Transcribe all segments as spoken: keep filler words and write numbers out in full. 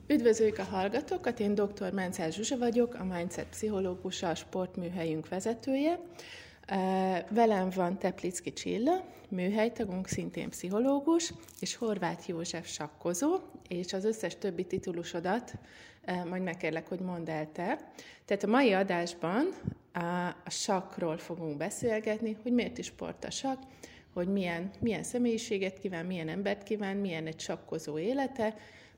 Üdvözöljük a hallgatókat, én dr. Menzel Zsuzsa vagyok, a Mindset pszichológusa, a sportműhelyünk vezetője. Velem van Teplicki Csilla, műhelytagunk, szintén pszichológus, és Horváth József sakkozó, és az összes többi titulusodat majd megkérlek, hogy mondd el te. Tehát a mai adásban a sakkról fogunk beszélgetni, hogy miért is sport a sakk, hogy milyen, milyen személyiséget kíván, milyen embert kíván, milyen egy sakkozó élete,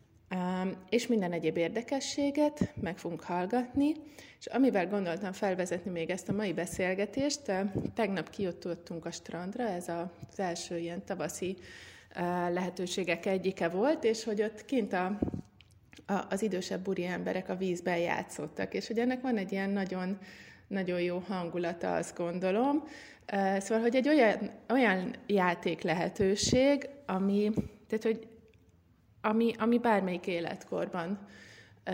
és minden egyéb érdekességet meg fogunk hallgatni, és amivel gondoltam felvezetni még ezt a mai beszélgetést, tegnap kijutottunk a strandra, ez az első ilyen tavaszi lehetőségek egyike volt, és hogy ott kint a, a, az idősebb úri emberek a vízben játszottak, és hogy ennek van egy ilyen nagyon, nagyon jó hangulata, azt gondolom. Szóval, hogy egy olyan, olyan játék lehetőség, ami, tehát, hogy Ami, ami bármelyik életkorban ö,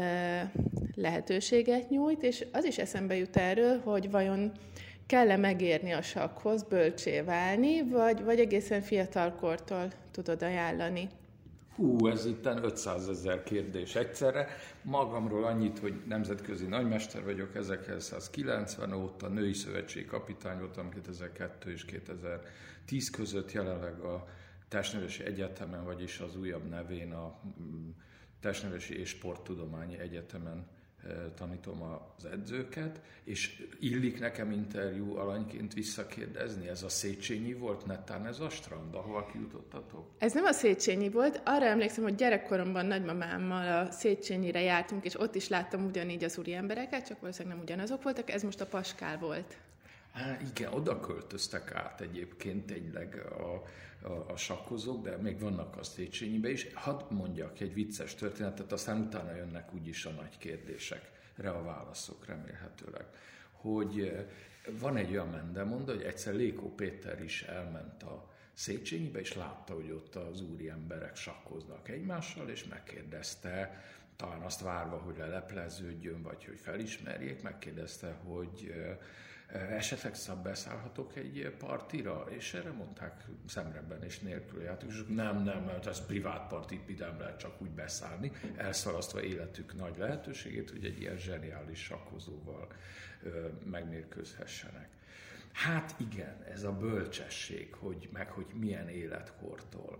lehetőséget nyújt, és az is eszembe jut erről, hogy vajon kell-e megérni a sakkhoz, bölcsé válni, vagy, vagy egészen fiatalkortól tudod ajánlani? Hú, ez itt ötszázezer kérdés egyszerre. Magamról annyit, hogy nemzetközi nagymester vagyok ezerkilencszázkilencven óta, női szövetség kapitány voltam kétezer-kettő és kétezer-tíz között, jelenleg a Testnevelési Egyetemen, vagyis az újabb nevén a Testnevelési és Sporttudományi Egyetemen tanítom az edzőket, és illik nekem interjú alanyként visszakérdezni, ez a Széchenyi volt, netán ez a strand, ahova kijutottatok? Ez nem a Széchenyi volt, arra emlékszem, hogy gyerekkoromban nagymamámmal a Széchenyire jártunk, és ott is láttam ugyanígy az úri embereket, csak valószínűleg nem ugyanazok voltak, ez most a Paskál volt. Há, igen, oda költöztek át egyébként tényleg a, a, a sakkozók, de még vannak a Széchenyibe is. Hadd mondjak egy vicces történetet, aztán utána jönnek úgyis a nagy kérdésekre a válaszok remélhetőleg. Hogy van egy olyan mendemonda, hogy egyszer Lékó Péter is elment a Széchenyibe, és látta, hogy ott az úri emberek sakkoznak egymással, és megkérdezte, talán azt várva, hogy lelepleződjön, vagy hogy felismerjék, megkérdezte, hogy esetleg beszállhatok egy partira, és erre mondták szemrebben és nélkül játékosok, nem, nem, mert ez privát partit nem lehet csak úgy beszállni, elszalasztva életük nagy lehetőségét, hogy egy ilyen zseniális sakkozóval ö, megmérkőzhessenek. Hát igen, ez a bölcsesség, hogy, meg hogy milyen életkortól.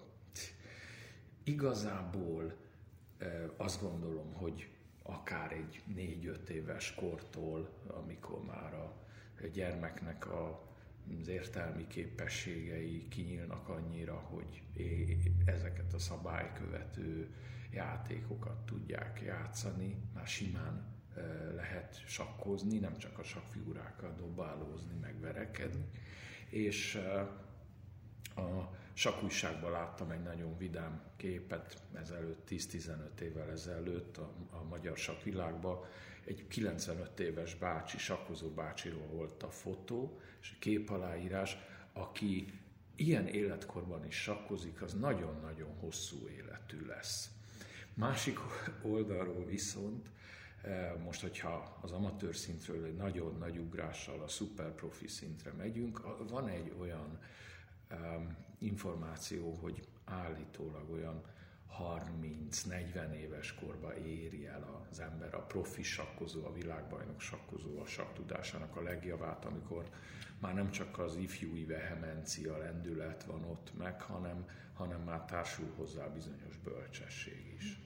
Igazából ö, azt gondolom, hogy akár egy négy-öt éves kortól, amikor már a gyermeknek a, az értelmi képességei kinyílnak annyira, hogy ezeket a szabálykövető játékokat tudják játszani, már simán lehet sakkozni, nem csak a sakkfigurákkal dobálózni, meg verekedni. És a sakkújságban láttam egy nagyon vidám képet ezelőtt, tíz-tizenöt évvel ezelőtt a, a magyar sakkvilágban. Egy kilencvenöt éves bácsi, sakkozó bácsiról volt a fotó, és a képaláírás, aki ilyen életkorban is sakkozik, az nagyon-nagyon hosszú életű lesz. Másik oldalról viszont, most, hogyha az amatőr szintről egy nagyon nagy ugrással a szuperprofi szintre megyünk, van egy olyan um, információ, hogy állítólag olyan harminc-negyven éves korba éri el az ember, a profi sakkozó, a világbajnok sakkozó, a saktudásának a legjavát, amikor már nem csak az ifjúi vehemencia, lendület van ott meg, hanem, hanem már társul hozzá bizonyos bölcsesség is.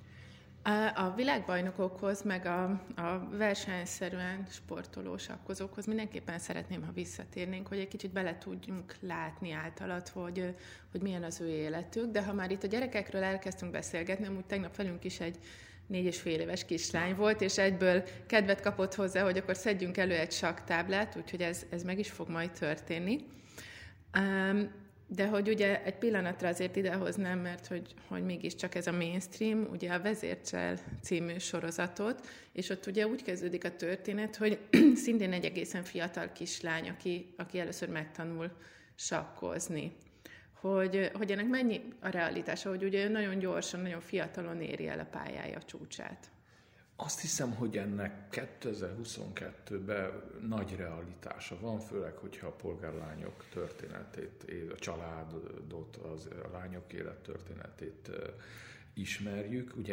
A világbajnokokhoz, meg a, a versenyszerűen sportoló sakkozókhoz mindenképpen szeretném, ha visszatérnénk, hogy egy kicsit bele tudjunk látni általad, hogy, hogy milyen az ő életük, de ha már itt a gyerekekről elkezdtünk beszélgetni, amúgy tegnap velünk is egy négy és fél éves kislány volt, és egyből kedvet kapott hozzá, hogy akkor szedjünk elő egy sakktáblát, úgyhogy ez, ez meg is fog majd történni. Um, De hogy ugye egy pillanatra azért idehoznám, mert hogy, hogy mégiscsak ez a mainstream, ugye a Vezércsel című sorozatot, és ott ugye úgy kezdődik a történet, hogy szintén egy egészen fiatal kislány, aki, aki először megtanul sakkozni. Hogy, hogy ennek mennyi a realitása, hogy ugye nagyon gyorsan, nagyon fiatalon éri el a pályája csúcsát. Azt hiszem, hogy ennek kétezer-huszonkettőben nagy realitása van, főleg, hogyha a polgárlányok történetét, a családot, az, a lányok élettörténetét ismerjük. Ugye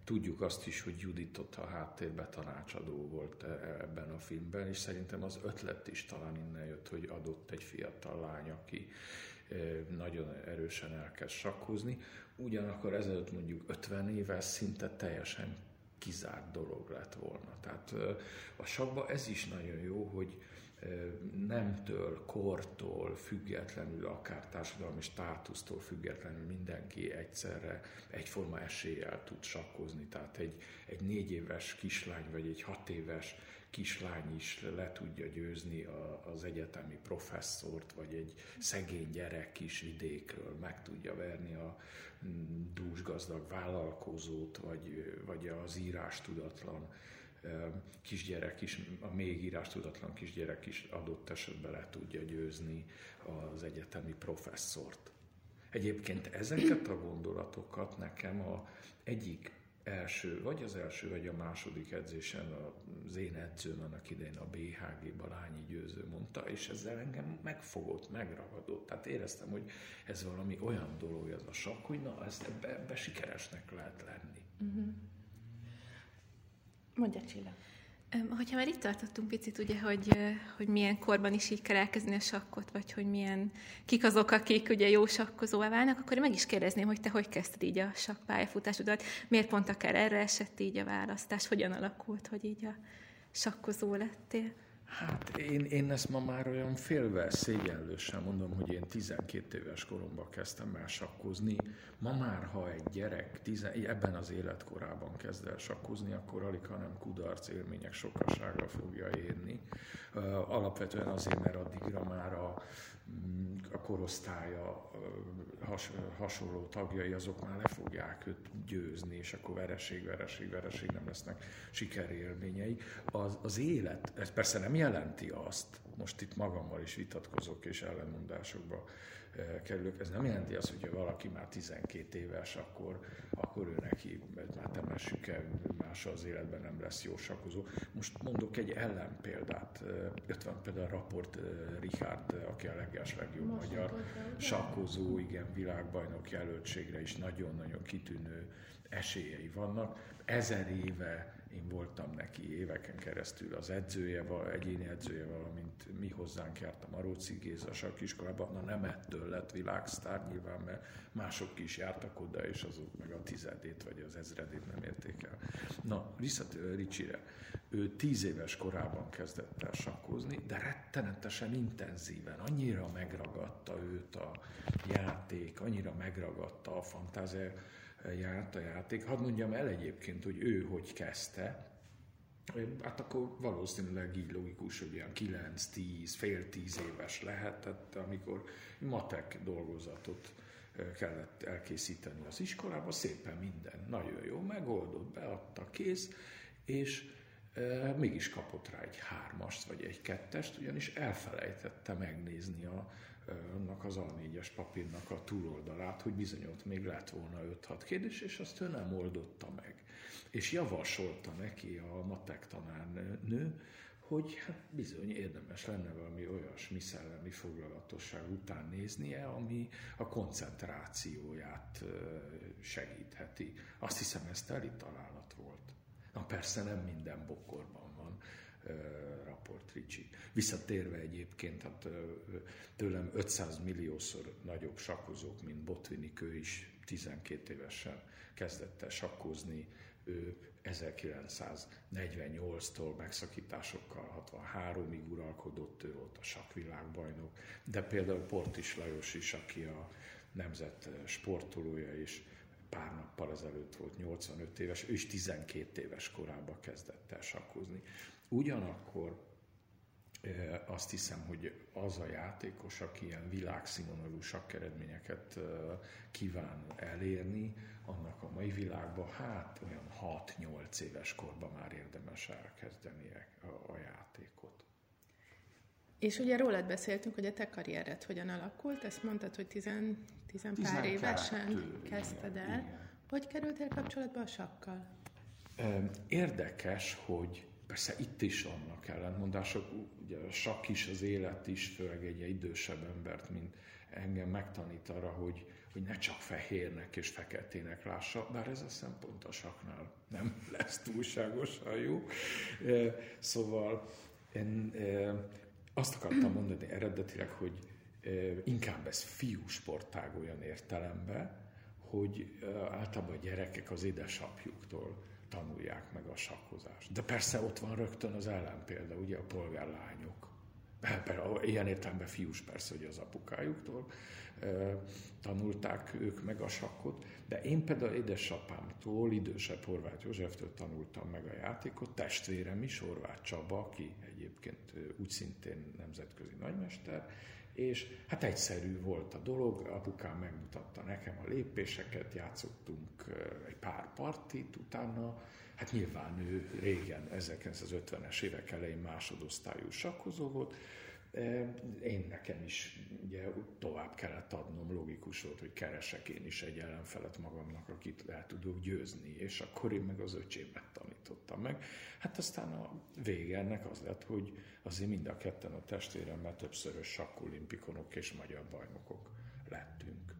Tudjuk azt is, hogy Judit ott a háttérben tanácsadó volt ebben a filmben, és szerintem az ötlet is talán innen jött, hogy adott egy fiatal lány, aki nagyon erősen elkezd sakkozni. Ugyanakkor ezelőtt mondjuk ötven éve szinte teljesen kizárt dolog lett volna. Tehát a sakkban ez is nagyon jó, hogy nemtől, kortól függetlenül, akár társadalmi státusztól függetlenül mindenki egyszerre egyforma eséllyel tud sakkozni. Tehát egy, egy négy éves kislány, vagy egy hat éves kislány is le tudja győzni a, az egyetemi professzort, vagy egy szegény gyerek is vidékről meg tudja verni a dúsgazdag vállalkozót, vagy, vagy az írástudatlan kisgyerek is, a még írástudatlan kisgyerek is adott esetben le tudja győzni az egyetemi professzort. Egyébként ezeket a gondolatokat nekem a egyik első, vagy az első, vagy a második edzésen az én edzőm annak idején a bé há gé Balányi Győző mondta, és ezzel engem megfogott, megragadott. Tehát éreztem, hogy ez valami olyan dolog, ez a sakk, hogy na, ezt ebbe, ebbe sikeresnek lehet lenni. Uh-huh. Mondja, Csilla. Hogyha már itt tartottunk picit, ugye, hogy, hogy milyen korban is így kell elkezdeni a sakkot, vagy hogy milyen, kik azok, akik ugye jó sakkozóvá válnak, akkor meg is kérdezném, hogy te hogy kezdted így a sakk pályafutásodat, miért pont akár erre esett így a választás, hogyan alakult, hogy így a sakkozó lettél? Hát én, én ezt ma már olyan félve, szégyenlősen mondom, hogy én tizenkét éves koromban kezdtem el sakkozni. Ma már, ha egy gyerek tizen, ebben az életkorában kezd el sakkozni, akkor alig, hanem kudarc élmények sokasága fogja érni. Alapvetően azért, mert addigra már a, a korosztálya has, hasonló tagjai, azok már le fogják őt győzni, és akkor vereség, vereség, vereség, nem lesznek sikerélményei. Az, az élet, ez persze nem jelenti azt, most itt magammal is vitatkozok és ellenmondásokba kerülök, ez nem jelenti azt, hogyha valaki már tizenkét éves, akkor, akkor ő neki, már temessük el, más az életben nem lesz jó sakkozó. Most mondok egy ellenpéldát, ott van például Rapport Richard, aki a leges legjobb most magyar sakkozó, igen, világbajnok jelöltségre is nagyon-nagyon kitűnő esélyei vannak. Ezer éve én voltam neki éveken keresztül az edzője, egyéni edzője, valamint mi hozzánk járt a Maróczi Géza sakkiskolában. Na nem ettől lett világsztár nyilván, mert mások is jártak oda, és azok meg a tizedét vagy az ezredét nem érték el. Na, visszatérve Ricsire. Ő tíz éves korában kezdett el sakkozni, de rettenetesen intenzíven, annyira megragadta őt a játék, annyira megragadta a fantázia, járt a játék. Hadd mondjam el egyébként, hogy ő hogy kezdte. Hát akkor valószínűleg így logikus, hogy olyan kilenc, tíz, fél tíz éves lehetett, amikor matek dolgozatot kellett elkészíteni az iskolában, szépen minden nagyon jó megoldott, beadta, kész, és e, mégis kapott rá egy hármast, vagy egy kettest, ugyanis elfelejtette megnézni a annak az á négyes papírnak a túloldalát, hogy bizony ott még lett volna öt-hat kérdés, és azt ő nem oldotta meg. És javasolta neki a matek tanárnő, hogy hát bizony érdemes lenne valami olyasmi szellemi foglalatosság után néznie, ami a koncentrációját segítheti. Azt hiszem, ez teli találat volt. Na persze nem minden bokorban van Rapport Ricci. Visszatérve egyébként, hát tőlem ötszáz milliószor nagyobb sakkozók, mint Botvinnik, ő is tizenkét évesen kezdett el sakkozni, ő ezerkilencszáznegyvennyolctól megszakításokkal hatvanháromig uralkodott, ő volt a sakkvilágbajnok, de például Portis Lajos is, aki a nemzet sportolója, és pár nappal ezelőtt volt nyolcvanöt éves, ő is tizenkét éves korában kezdett el sakkozni. Ugyanakkor azt hiszem, hogy az a játékos, aki ilyen világszínvonalú sakkeredményeket kíván elérni, annak a mai világban hát olyan hat-nyolc éves korban már érdemes elkezdeni a, a játékot. És ugye rólad beszéltünk, hogy a te karriered hogyan alakult, ezt mondtad, hogy tizen, tizen pár évesen kezdted el. Igen. Hogy kerültél kapcsolatba a sakkal? Érdekes, hogy persze itt is vannak ellentmondások, ugye a sakk is, az élet is, főleg egy idősebb embert, mint engem megtanít arra, hogy, hogy ne csak fehérnek és feketének lássa, bár ez a szempont a saknál nem lesz túlságosan jó. Szóval én azt akartam mondani eredetileg, hogy inkább ez fiú sportág olyan értelemben, hogy általában a gyerekek az édesapjuktól tanulják meg a sakkozást. De persze ott van rögtön az ellenpélda, ugye a polgárlányok. Ilyen értelemben fiús persze, hogy az apukájuktól tanulták ők meg a sakkot, de én például édesapámtól, idősebb Horváth Józseftől tanultam meg a játékot, testvérem is, Horváth Csaba, aki egyébként úgy szintén nemzetközi nagymester, és hát egyszerű volt a dolog, apukám megmutatta nekem a lépéseket, játszottunk egy pár partit, utána, hát nyilván ő régen, ezerkilencszázötvenes évek elején másodosztályú sakkozó volt, én nekem is ugye tovább kellett adnom, logikus volt, hogy keresek én is egy ellenfelet magamnak, akit el tudok győzni, és akkor én meg az öcsémet tanítottam meg. Hát aztán a vége ennek az lett, hogy azért mind a ketten a testvéremmel többszörös sakkolimpikonok és magyar bajnokok lettünk.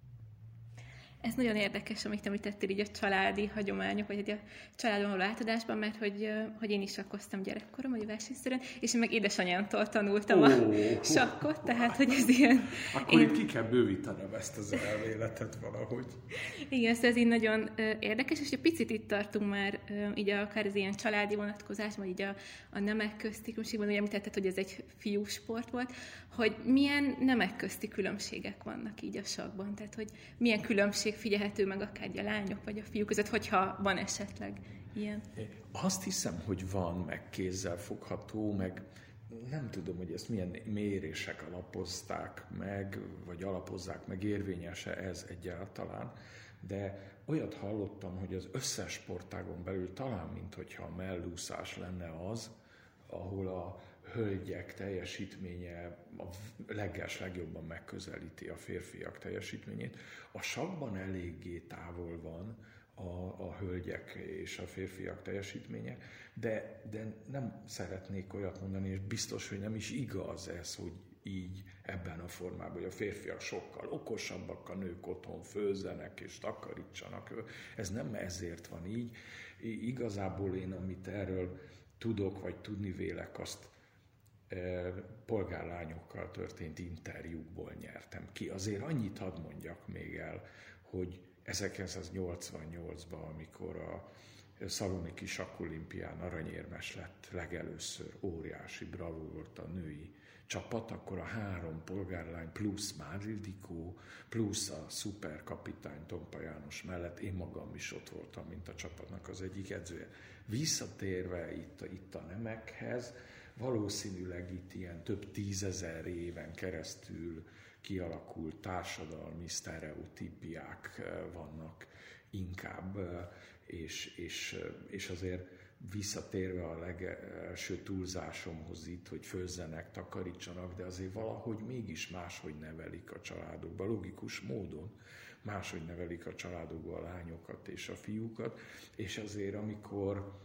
Ez nagyon érdekes, amit említettél így a családi hagyományok, vagy a családon való átadásban, mert hogy, hogy én is sakkoztam gyerekkorom, vagy versenyszerűen, és én meg édesanyámtól tanultam oh, a sakkot, tehát hogy ez ilyen... Akkor én... itt ki kell bővítenem ezt az elméletet valahogy. Igen, szóval ez így nagyon érdekes, és egy picit itt tartunk már így akár az ilyen családi vonatkozásban, vagy így a, a nemek közti különbségben, ugye említetted, hogy ez egy fiúsport volt, hogy milyen nemek közti különbségek vannak így a sakkban, tehát hogy milyen különbség figyelhető meg akár a lányok vagy a fiúk között, hogyha van esetleg ilyen. Azt hiszem, hogy van, meg kézzel fogható, meg nem tudom, hogy ezt milyen mérések alapozták meg, vagy alapozzák meg, érvényes-e ez egyáltalán, de olyat hallottam, hogy az összes sportágon belül talán, minthogyha a mellúszás lenne az, ahol a hölgyek teljesítménye a leges legjobban megközelíti a férfiak teljesítményét. A sakkban eléggé távol van a, a hölgyek és a férfiak teljesítménye, de, de nem szeretnék olyat mondani, és biztos, hogy nem is igaz ez, hogy így ebben a formában, hogy a férfiak sokkal okosabbak, a nők otthon főzzenek és takarítsanak. Ez nem ezért van így. Igazából én, amit erről tudok, vagy tudni vélek, azt polgárlányokkal történt interjúkból nyertem ki. Azért annyit hadd mondjak még el, hogy ezerkilencszáznyolcvannyolcban, amikor a szaloniki sakkolimpián aranyérmes lett legelőször, óriási bravúr volt a női csapat, akkor a három polgárlány plusz Már Ildikó, plusz a szuperkapitány Tompa János mellett én magam is ott voltam, mint a csapatnak az egyik edzője. Visszatérve itt, itt a nemekhez, valószínűleg itt ilyen több tízezer éven keresztül kialakult társadalmi sztereotípiák vannak inkább, és, és, és azért visszatérve a legelső túlzásomhoz itt, hogy főzzenek, takarítsanak, de azért valahogy mégis máshogy nevelik a családokba, logikus módon máshogy nevelik a családokba a lányokat és a fiúkat, és azért amikor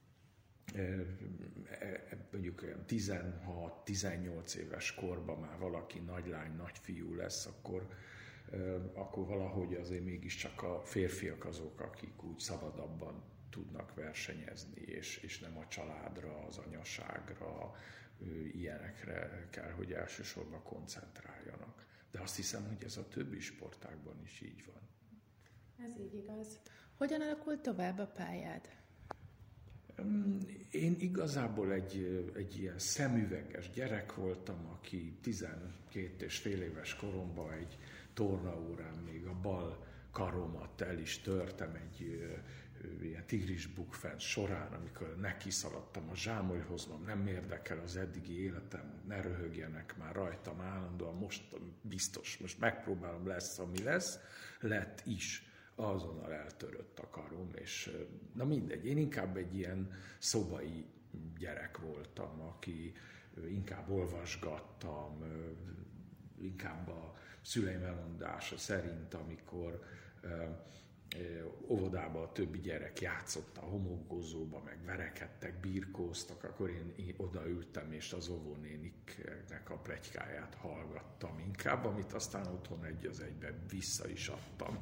mondjuk tizenhat-tizennyolc éves korban már valaki nagylány, nagyfiú lesz, akkor, akkor valahogy azért mégiscsak a férfiak azok, akik úgy szabadabban tudnak versenyezni, és, és nem a családra, az anyaságra, ilyenekre kell, hogy elsősorban koncentráljanak. De azt hiszem, hogy ez a többi sportágban is így van. Ez így igaz. Hogyan alakult tovább a pályád? Én igazából egy, egy ilyen szemüveges gyerek voltam, aki tizenkét és fél éves koromban egy tornaórán még a bal karomat el is törtem egy ilyen tigrisbukfenc során, amikor neki szaladtam a zsámolyhoz, nem érdekel az eddigi életem, ne röhögjenek már rajtam állandóan, most biztos, most megpróbálom, lesz, ami lesz, lett is. Azonnal eltörött a karom, és na mindegy, én inkább egy ilyen szobai gyerek voltam, aki inkább olvasgattam, inkább a szüleim elmondása szerint, amikor óvodában a többi gyerek játszott a homokgozóba, meg verekedtek, birkóztak, akkor én, én odaültem, és az óvónéniknek a pletykáját hallgattam inkább, amit aztán otthon egy az egyben vissza is adtam.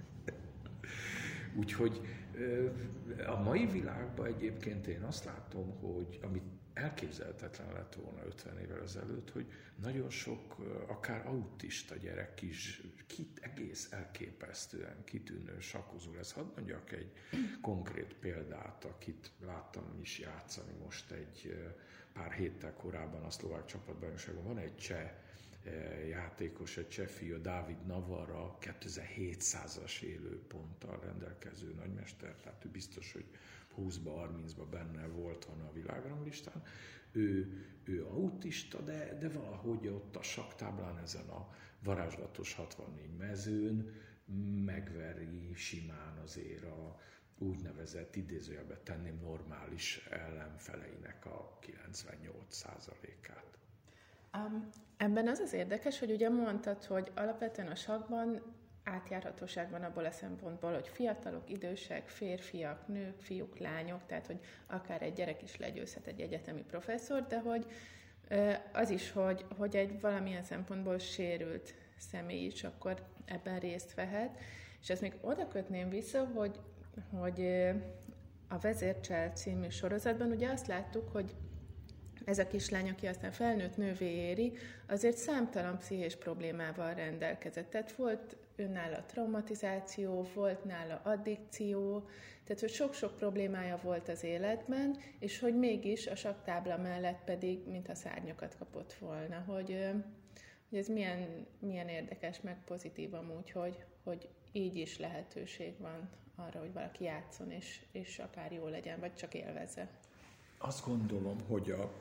Úgyhogy a mai világban egyébként én azt látom, hogy amit elképzelhetetlen lett volna ötven évvel ezelőtt, hogy nagyon sok, akár autista gyerek is kit, egész elképesztően kitűnő sakkozó lesz. Hadd mondjak egy konkrét példát, akit láttam is játszani most egy pár héttel korábban a szlovák csapatbajnokságon. Van egy cseh játékos, egy cseh fiú, Dávid Navarra, kétezer-hétszázas élőponttal rendelkező nagymester, tehát ő biztos, hogy húszba, harmincba benne volt volna a világranglistán. Ő, ő autista, de, de valahogy ott a sakktáblán ezen a varázslatos hatvannégy mezőn megveri simán azért a úgynevezett, idézőjelbe tenném, normális ellenfeleinek a kilencvennyolc százalékát. Um, ebben az az érdekes, hogy ugye mondtad, hogy alapvetően a sakkban átjárhatóság van abból a szempontból, hogy fiatalok, idősek, férfiak, nők, fiúk, lányok, tehát hogy akár egy gyerek is legyőzhet egy egyetemi professzor, de hogy az is, hogy, hogy egy valamilyen szempontból sérült személy is akkor ebben részt vehet. És ezt még oda kötném vissza, hogy, hogy a Vezércsel című sorozatban ugye azt láttuk, hogy ez a kislány, aki aztán felnőtt nővé éri, azért számtalan pszichés problémával rendelkezett. Tehát volt nála traumatizáció, volt nála addikció, tehát hogy sok-sok problémája volt az életben, és hogy mégis a sakktábla mellett pedig, mintha szárnyakat kapott volna. Hogy, hogy ez milyen, milyen érdekes, meg pozitív amúgy, hogy, hogy így is lehetőség van arra, hogy valaki játszon, és, és akár jó legyen, vagy csak élvezze. Azt gondolom, hogy a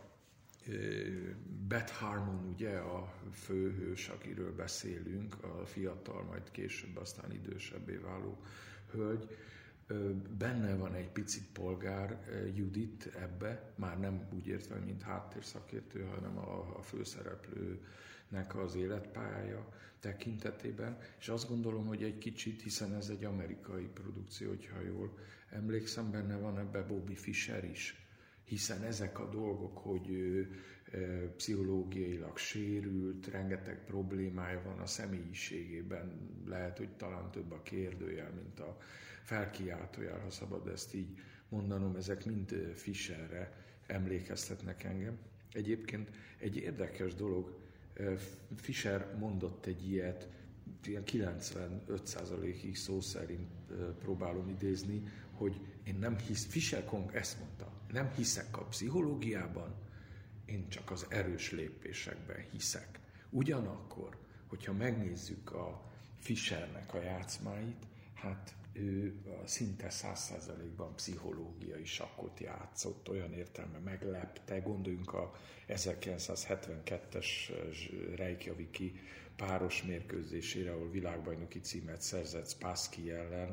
Beth Harmon, ugye a főhős, akiről beszélünk, a fiatal, majd később aztán idősebbé váló hölgy, benne van egy picit polgár Judit ebbe, már nem úgy értve, mint háttérszakértő, hanem a, a főszereplőnek az életpályája tekintetében, és azt gondolom, hogy egy kicsit, hiszen ez egy amerikai produkció, hogyha jól emlékszem, benne van ebbe Bobby Fischer is, hiszen ezek a dolgok, hogy ő e, pszichológiailag sérült, rengeteg problémája van a személyiségében, lehet, hogy talán több a kérdőjel, mint a felkiáltójel, ha szabad ezt így mondanom, ezek mind Fischerre emlékeztetnek engem. Egyébként egy érdekes dolog, Fischer mondott egy ilyet, ilyen kilencvenöt százalékig szó szerint próbálom idézni, hogy én nem hisz, Fischer Kong ezt mondta, nem hiszek a pszichológiában, én csak az erős lépésekben hiszek. Ugyanakkor, hogyha megnézzük a Fischernek a játszmáit, hát ő szinte száz százalékban pszichológiai sakkot játszott, olyan értelme meglepte, gondoljunk a ezerkilencszázhetvenkettes Reykjaviki páros mérkőzésére, ahol világbajnoki címet szerzett Spassky ellen,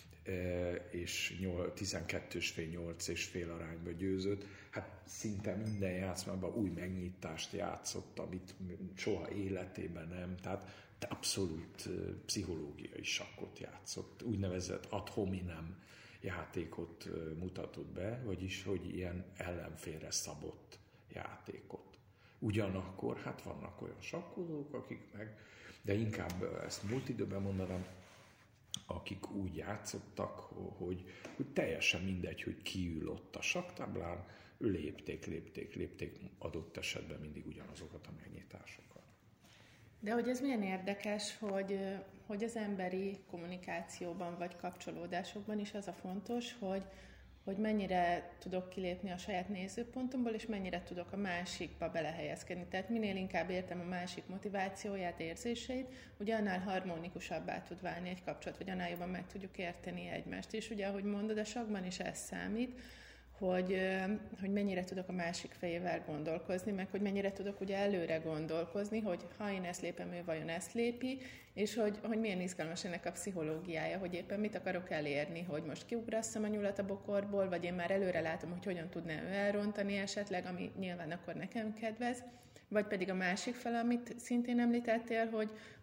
és tizenkettő és fél nyolc és fél arányba győzött. Hát szinte minden játszmában új megnyitást játszott, amit soha életében nem. Tehát abszolút pszichológiai sakkot játszott. Úgynevezett ad hominem játékot mutatott be, vagyis hogy ilyen ellenfélre szabott játékot. Ugyanakkor hát vannak olyan sakkozók, akik meg, de inkább ezt múlt időben mondanám, akik úgy játszottak, hogy, hogy teljesen mindegy, hogy ki ül ott a sakktáblán, lépték, lépték, lépték, adott esetben mindig ugyanazokat a megnyitásokat. De hogy ez milyen érdekes, hogy, hogy az emberi kommunikációban vagy kapcsolódásokban is az a fontos, hogy, hogy mennyire tudok kilépni a saját nézőpontomból, és mennyire tudok a másikba belehelyezkedni. Tehát minél inkább értem a másik motivációját, érzéseit, ugye annál harmonikusabbá tud válni egy kapcsolat, vagy annál jobban meg tudjuk érteni egymást. És ugye, ahogy mondod, a sakkban is ez számít, hogy, hogy mennyire tudok a másik fejével gondolkozni, meg hogy mennyire tudok ugye előre gondolkozni, hogy ha én ezt lépem, ő vajon ezt lépi, és hogy, hogy milyen izgalmas ennek a pszichológiája, hogy éppen mit akarok elérni, hogy most kiugrasszam a nyulat a bokorból, vagy én már előre látom, hogy hogyan tudná ő elrontani esetleg, ami nyilván akkor nekem kedvez, vagy pedig a másik fel, amit szintén említettél, hogy,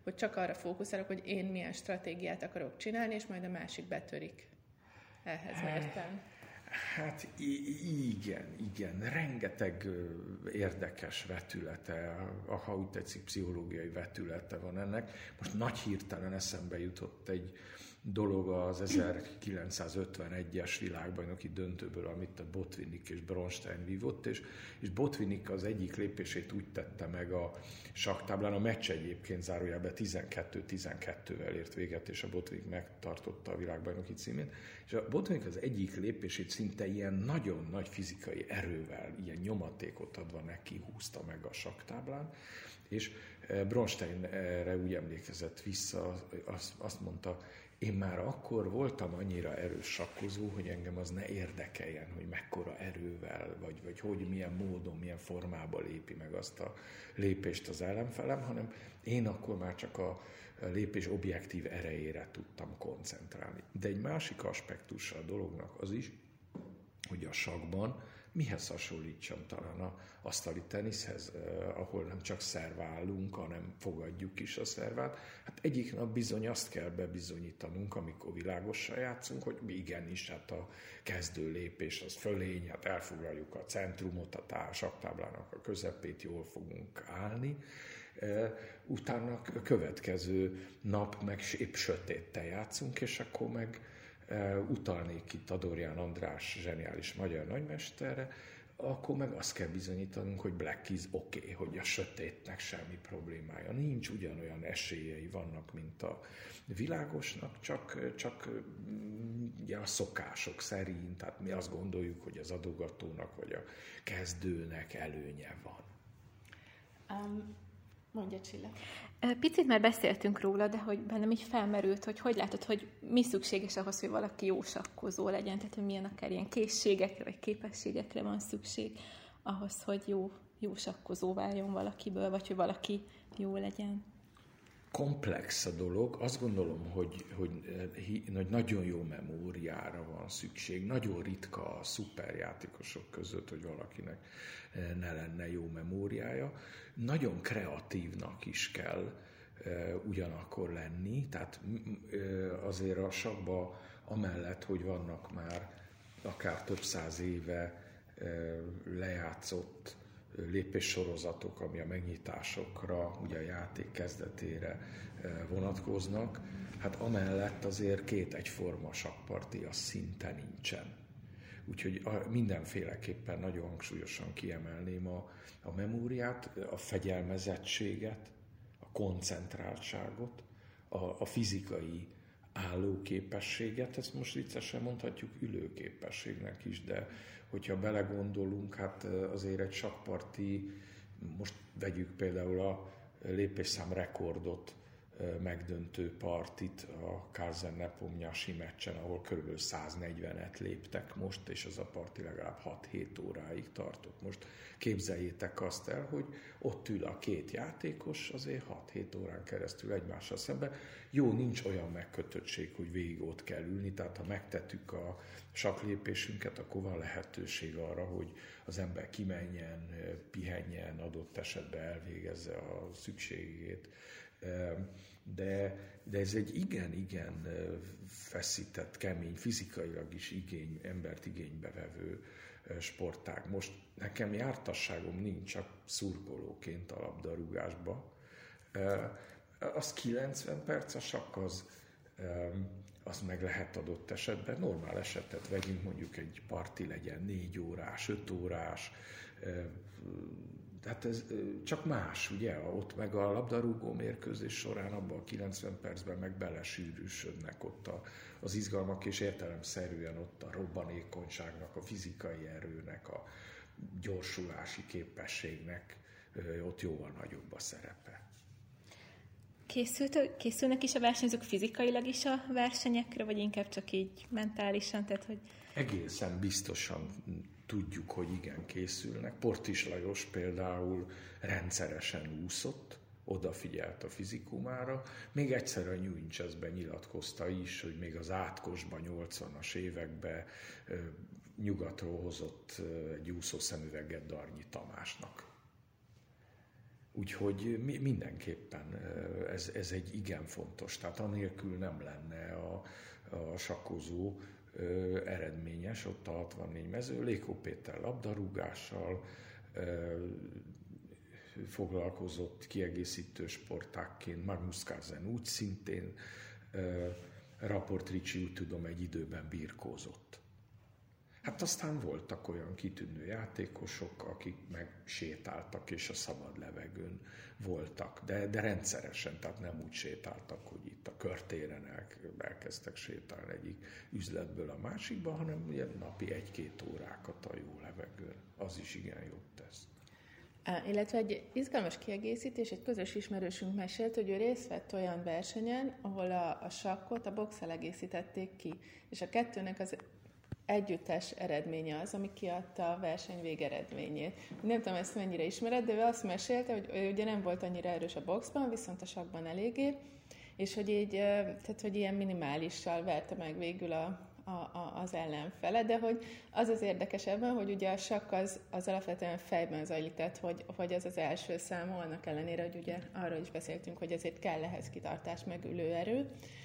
hogy csak arra fókuszálok, hogy én milyen stratégiát akarok csinálni, és majd a másik betörik. Ehhez mértem. Hát igen, igen. Rengeteg érdekes vetülete, ha úgy tetszik, pszichológiai vetülete van ennek. Most nagy hirtelen eszembe jutott egy dolog az ezerkilencszázötvenegyes világbajnoki döntőből, amit a Botvinnik és Bronstein vívott, és, és Botvinnik az egyik lépését úgy tette meg a sakktáblán, a meccs egyébként zárójelben tizenkettő tizenkettővel ért véget, és a Botvinnik megtartotta a világbajnoki címét, és a Botvinnik az egyik lépését szinte ilyen nagyon nagy fizikai erővel, ilyen nyomatékot adva neki húzta meg a sakktáblán, és Bronsteinre úgy emlékezett vissza, azt mondta, én már akkor voltam annyira erős sakkozó, hogy engem az ne érdekeljen, hogy mekkora erővel, vagy, vagy hogy milyen módon, milyen formában lépi meg azt a lépést az ellenfelem, hanem én akkor már csak a lépés objektív erejére tudtam koncentrálni. De egy másik aspektusa a dolognak az is, hogy a sakkban mihez hasonlítsam talán a asztali teniszhez, eh, ahol nem csak szerválunk, hanem fogadjuk is a szervát. Hát egyik nap bizony azt kell bebizonyítanunk, amikor világosan játszunk, hogy igenis, hát a kezdő lépés az fölény, hát elfoglaljuk a centrumot, a tá- sakktáblának a közepét, jól fogunk állni. Eh, utána a következő nap meg épp sötéttel játszunk, és akkor meg Uh, utalnék itt a Dorján András zseniális magyar nagymesterre, akkor meg azt kell bizonyítanunk, hogy black is oké, okay, hogy a sötétnek semmi problémája nincs, ugyanolyan esélyei vannak, mint a világosnak, csak, csak ugye a szokások szerint, tehát mi azt gondoljuk, hogy az adogatónak vagy a kezdőnek előnye van. Um, mondja Csilla. Picit már beszéltünk róla, de hogy bennem így felmerült, hogy hogy látod, hogy mi szükséges ahhoz, hogy valaki jó sakkozó legyen, tehát hogy milyen akár ilyen készségekre vagy képességekre van szükség ahhoz, hogy jó, jó sakkozó váljon valakiből, vagy hogy valaki jó legyen. Komplex a dolog. Azt gondolom, hogy, hogy, hogy nagyon jó memóriára van szükség. Nagyon ritka a szuperjátékosok között, hogy valakinek ne lenne jó memóriája. Nagyon kreatívnak is kell ugyanakkor lenni. Tehát azért a sakkban amellett, hogy vannak már akár több száz éve lejátszott lépéssorozatok, ami a megnyitásokra, ugye a játék kezdetére vonatkoznak, hát amellett azért két egyforma sakkparti az szinte nincsen. Úgyhogy mindenféleképpen nagyon hangsúlyosan kiemelném a, a memóriát, a fegyelmezettséget, a koncentráltságot, a, a fizikai állóképességet, ezt most viccesen mondhatjuk ülőképességnek is, de hogyha belegondolunk, hát azért egy sakkparti, most vegyük például a lépésszám rekordot megdöntő partit a Kárzen-Nepomnyasi meccsen, ahol kb. száznegyvenet léptek most, és az a parti legalább hat-hét óráig tartott. Most képzeljétek azt el, hogy ott ül a két játékos azért hat-hét órán keresztül egymással szemben. Jó, nincs olyan megkötöttség, hogy végig ott kell ülni, tehát ha megtettük a sakklépésünket, akkor van lehetőség arra, hogy az ember kimenjen, pihenjen, adott esetben elvégezze a szükségét. De, de ez egy igen-igen feszített, kemény, fizikailag is igény, embert igénybe vevő sportág. Most nekem jártasságom nincs, csak szurkolóként a labdarúgásba. Az kilencven perc, a sakk az, az meg lehet adott esetben. Normál esetet vegyünk, mondjuk egy parti legyen négy órás, öt órás, tehát ez csak más, ugye? Ott meg a labdarúgó mérkőzés során abban a kilencven percben meg belesűrűsödnek ott a, az izgalmak, és értelemszerűen ott a robbanékonyságnak, a fizikai erőnek, a gyorsulási képességnek ott jóval nagyobb a szerepe. Készült, készülnek is a versenyzők fizikailag is a versenyekre, vagy inkább csak így mentálisan? Tehát, hogy... Egészen biztosan tudjuk, hogy igen, készülnek. Portis Lajos például rendszeresen úszott, odafigyelt a fizikumára. Még egyszer a New Inchesben nyilatkozta is, hogy még az átkosban, nyolcvanas években nyugatról hozott egy úszószemüveget Darnyi Tamásnak. Úgyhogy mindenképpen ez, ez egy igen fontos, tehát anélkül nem lenne a, a sakkozó eredményes, ott a hatvannégy mező, Lékó Péter labdarúgással foglalkozott kiegészítő sportákként, Magnus Carlsen úgy szintén, Rapport Ricci úgy tudom egy időben birkózott. Hát aztán voltak olyan kitűnő játékosok, akik meg sétáltak és a szabad levegőn voltak, de, de rendszeresen, tehát nem úgy sétáltak, hogy itt a körtéren el, elkezdtek sétálni egyik üzletből a másikba, hanem ugye napi egy-két órákat a jó levegőn. Az is igen jót tesz. Illetve egy izgalmas kiegészítés, egy közös ismerősünk mesélt, hogy ő részt vett olyan versenyen, ahol a, a sakkot a boxsal egészítették ki, és a kettőnek az együttes eredménye az, ami kiadta a verseny végeredményét. Nem tudom, ezt mennyire ismered, de ő azt mesélte, hogy ő ugye nem volt annyira erős a boxban, viszont a sakkban eléggé, és hogy így, tehát, hogy ilyen minimálissal verte meg végül a, a, a, az ellenfele, de hogy az az érdekes ebben, hogy ugye a sakk az, az alapvetően fejben zajlik, tehát hogy, hogy az az első számú, annak ellenére, hogy ugye arról is beszéltünk, hogy ezért kell ehhez kitartás, meg ülőerő.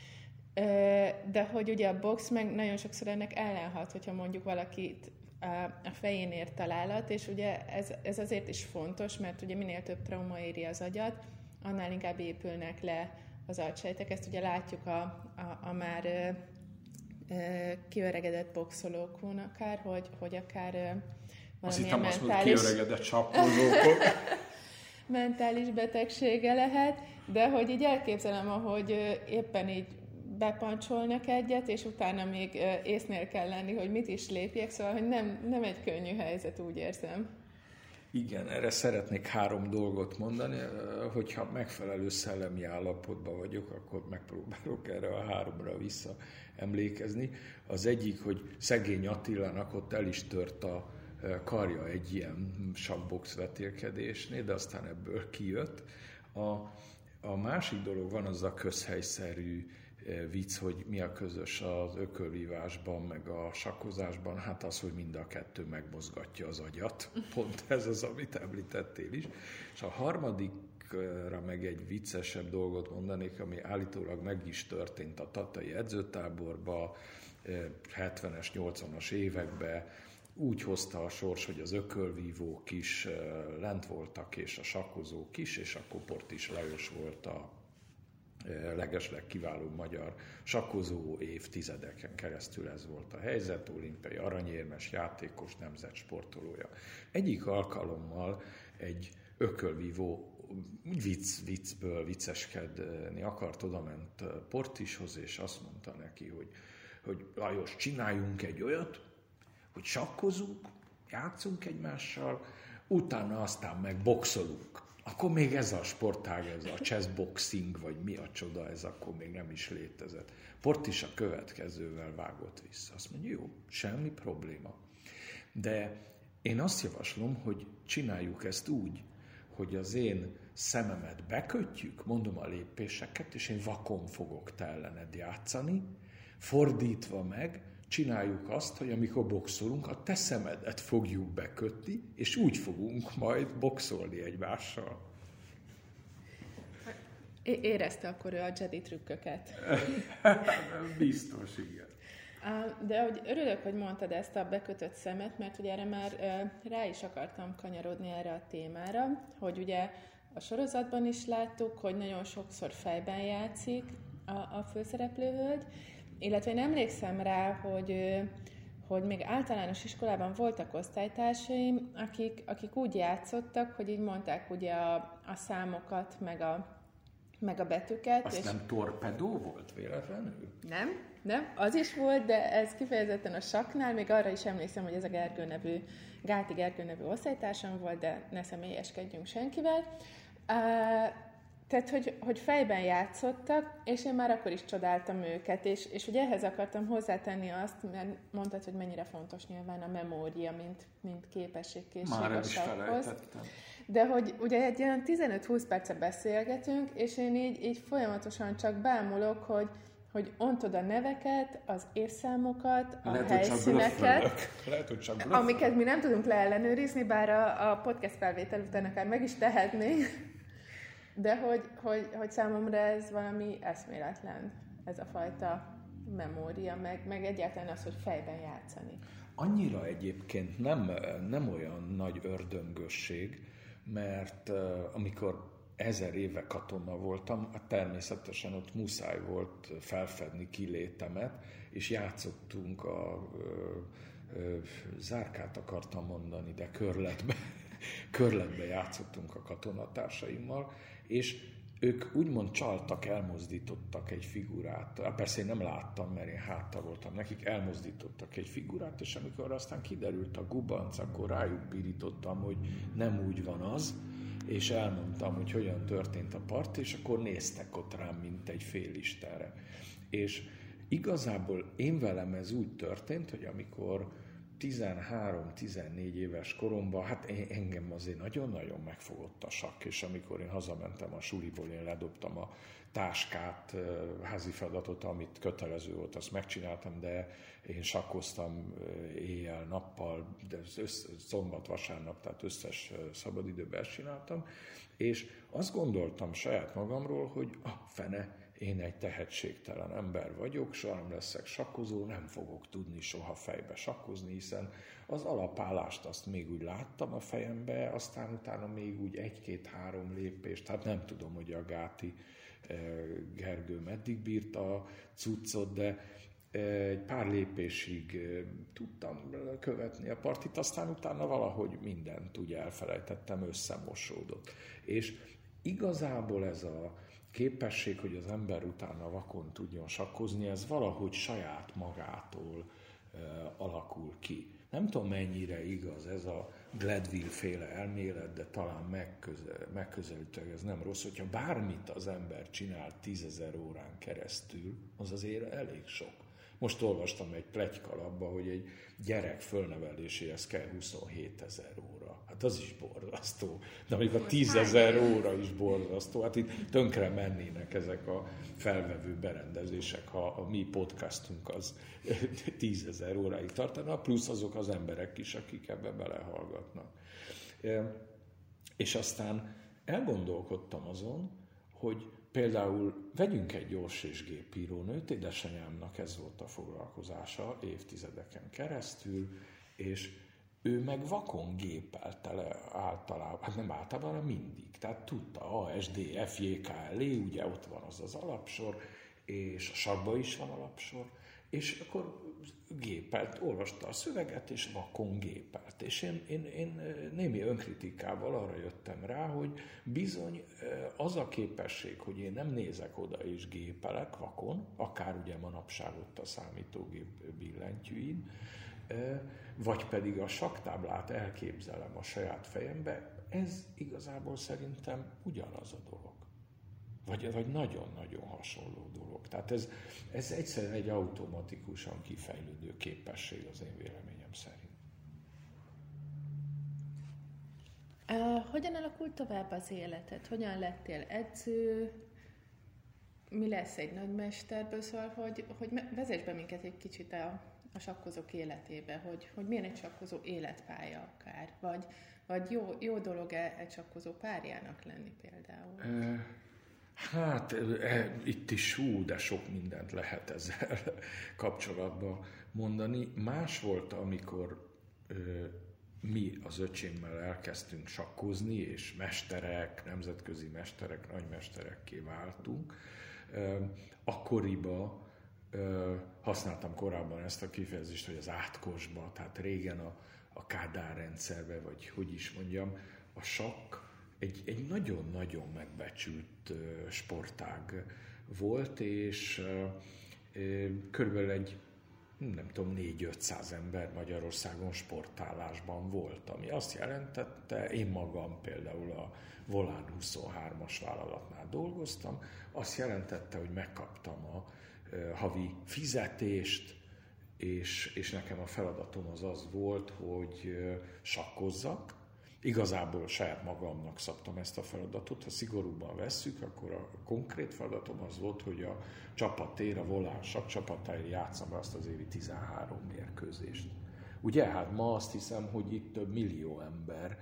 De hogy ugye a box meg nagyon sokszor ennek ellenhat, hogyha mondjuk valakit a fején ér találat, és ugye ez, ez azért is fontos, mert ugye minél több trauma éri az agyat, annál inkább épülnek le az agysejtek. Ezt ugye látjuk a, a, a már e, kiöregedett boxolókon akár, hogy, hogy akár e, valamilyen mentális... Azt hittem, azt mondod, kiöregedett sappozókon. mentális betegsége lehet, de hogy így elképzelem, ahogy éppen így bepancsolnak egyet, és utána még észnél kell lenni, hogy mit is lépjek, szóval, hogy nem, nem egy könnyű helyzet, úgy érzem. Igen, erre szeretnék három dolgot mondani, hogyha megfelelő szellemi állapotban vagyok, akkor megpróbálok erre a háromra visszaemlékezni. Az egyik, hogy szegény Attilának ott el is tört a karja egy ilyen sakkbox vetélkedésnél, de aztán ebből kijött. A, a másik dolog van az a közhelyszerű vicc, hogy mi a közös az ökölvívásban, meg a sakkozásban, hát az, hogy mind a kettő megmozgatja az agyat. Pont ez az, amit említettél is. És a harmadikra meg egy viccesebb dolgot mondanék, ami állítólag meg is történt a tatai edzőtáborban, hetvenes, nyolcvanas években. Úgy hozta a sors, hogy az ökölvívók is lent voltak, és a sakkozók is, és akkor Portis Lajos volt a legesleg kiváló magyar sakkozó, évtizedeken keresztül ez volt a helyzet, olimpiai aranyérmes, játékos, nemzetsportolója. Egyik alkalommal egy ökölvívó vicc, viccből vicceskedni akart, odament Portishoz, és azt mondta neki, hogy, hogy Lajos, csináljunk egy olyat, hogy sakkozunk, játszunk egymással, utána aztán meg boxolunk. Akkor még ez a sportág, ez a chessboxing, vagy mi a csoda, ez akkor még nem is létezett. Portis a következővel vágott vissza. Azt mondja, jó, semmi probléma. De én azt javaslom, hogy csináljuk ezt úgy, hogy az én szememet bekötjük, mondom a lépéseket, és én vakon fogok te ellened játszani, fordítva meg, csináljuk azt, hogy amikor boxolunk, a te szemedet fogjuk bekötni, és úgy fogunk majd boxolni egymással. É- érezte akkor ő a Jedi trükköket? Biztos, igen. De hogy örülök, hogy mondtad ezt a bekötött szemet, mert ugye erre már rá is akartam kanyarodni erre a témára, hogy ugye a sorozatban is láttuk, hogy nagyon sokszor fejben játszik a, a főszereplőhölgy, illetve én emlékszem rá, hogy, hogy még általános iskolában voltak osztálytársaim, akik, akik úgy játszottak, hogy így mondták ugye a, a számokat, meg a, meg a betűket. Azt és nem torpedó volt véletlenül? Nem, nem, az is volt, de ez kifejezetten a sakknál, még arra is emlékszem, hogy ez a Gergő nevű, Gáti Gergő nevű osztálytársam volt, de ne személyeskedjünk senkivel. Uh, Tehát, hogy, hogy fejben játszottak, és én már akkor is csodáltam őket, és, és ugye ehhez akartam hozzátenni azt, mert mondtad, hogy mennyire fontos nyilván a memória, mint, mint képességkészség a sakkhoz. De hogy ugye egy olyan tizenöt-húsz perce beszélgetünk, és én így, így folyamatosan csak bámulok, hogy, hogy ontod a neveket, az évszámokat, a lehet, helyszíneket, lehet, hogy csak amiket mi nem tudunk leellenőrizni, bár a, a podcast felvétel után akár meg is tehetnénk. De hogy, hogy, hogy számomra ez valami eszméletlen, ez a fajta memória, meg, meg egyáltalán az, hogy fejben játszani. Annyira egyébként nem, nem olyan nagy ördöngösség, mert uh, amikor ezer éve katona voltam, hát természetesen ott muszáj volt felfedni kilétemet, és játszottunk a ö, ö, zárkát akartam mondani, de körletbe, körletbe játszottunk a katonatársaimmal, és ők úgymond csaltak, elmozdítottak egy figurát. Persze én nem láttam, mert én háttal voltam nekik, elmozdítottak egy figurát, és amikor aztán kiderült a gubanc, akkor rájuk pirítottam, hogy nem úgy van az, és elmondtam, hogy hogyan történt a part, és akkor néztek ott rám, mint egy félistenre. És igazából én velem ez úgy történt, hogy amikor tizenhárom-tizennégy éves koromban, hát engem azért nagyon-nagyon megfogott a sakk, és amikor én hazamentem a suliból, én ledobtam a táskát, házi feladatot, amit kötelező volt, azt megcsináltam, de én sakkoztam éjjel-nappal, de össz, szombat, vasárnap, tehát összes szabadidőben ezt csináltam, és azt gondoltam saját magamról, hogy a fene, én egy tehetségtelen ember vagyok, soha nem leszek sakkozó, nem fogok tudni soha fejbe sakkozni, hiszen az alapállást azt még úgy láttam a fejembe, aztán utána még úgy egy-két-három lépést, tehát nem tudom, hogy a Gáti Gergő meddig bírta a cuccot, de egy pár lépésig tudtam követni a partit, aztán utána valahogy mindent ugye elfelejtettem, összemosódott. És igazából ez a képesség, hogy az ember utána vakon tudjon sakkozni, ez valahogy saját magától uh, alakul ki. Nem tudom, mennyire igaz ez a Gladwell-féle elmélet, de talán megközel, megközelítőleg ez nem rossz, hogyha bármit az ember csinál tízezer órán keresztül, az azért elég sok. Most olvastam egy pletykkalapba, hogy egy gyerek fölneveléséhez kell huszonhétezer óra. Hát az is borzasztó. De még a tízezer óra is borzasztó. Hát itt tönkre mennének ezek a felvevő berendezések, ha a mi podcastunk az tízezer óráig tartana, plusz azok az emberek is, akik ebbe belehallgatnak. És aztán elgondolkodtam azon, hogy például vegyünk egy gyors és gépírónőt, édesanyámnak ez volt a foglalkozása évtizedeken keresztül, és ő meg vakon gépelte le általában, hát nem általában, hanem mindig. Tehát tudta A, S, D, F, J, K, L, E, ugye ott van az az alapsor, és a sakkban is van alapsor, és akkor gépelt, olvasta a szöveget, és vakon gépelt. És én, én, én némi önkritikával arra jöttem rá, hogy bizony az a képesség, hogy én nem nézek oda és gépelek vakon, akár ugye manapság ott a számítógép billentyűin, vagy pedig a sakktáblát elképzelem a saját fejembe, ez igazából szerintem ugyanaz a dolog. Vagy, vagy nagyon-nagyon hasonló dolog. Tehát ez, ez egyszerűen egy automatikusan kifejlődő képesség az én véleményem szerint. Uh, hogyan alakult tovább az életed? Hogyan lettél edző? Mi lesz egy nagymesterből? Szóval, hogy, hogy vezess be minket egy kicsit a, a sakkozók életébe, hogy, hogy milyen egy sakkozó életpálya akár, vagy, vagy jó, jó dolog-e egy sakkozó párjának lenni például? Uh. Hát e, itt is hú, de sok mindent lehet ezzel kapcsolatban mondani. Más volt, amikor e, mi az öcsémmel elkezdtünk sakkozni, és mesterek, nemzetközi mesterek, nagymesterekké váltunk. E, akkoriban e, használtam korábban ezt a kifejezést, hogy az átkosba, tehát régen a, a Kádár rendszerbe, vagy hogy is mondjam, a sakk Egy, egy nagyon-nagyon megbecsült uh, sportág volt, és uh, uh, körülbelül egy, nem tudom, négy-ötszáz ember Magyarországon sportállásban volt, ami azt jelentette, én magam például a Volán huszonhármas vállalatnál dolgoztam, azt jelentette, hogy megkaptam a uh, havi fizetést, és, és nekem a feladatom az az volt, hogy uh, sakkozzak. Igazából saját magamnak szabtam ezt a feladatot. Ha szigorúban vesszük, akkor a konkrét feladatom az volt, hogy a csapatér, a Volán sakkcsapatáért játsszam azt az évi tizenhárom mérkőzést. Ugye, hát ma azt hiszem, hogy itt több millió ember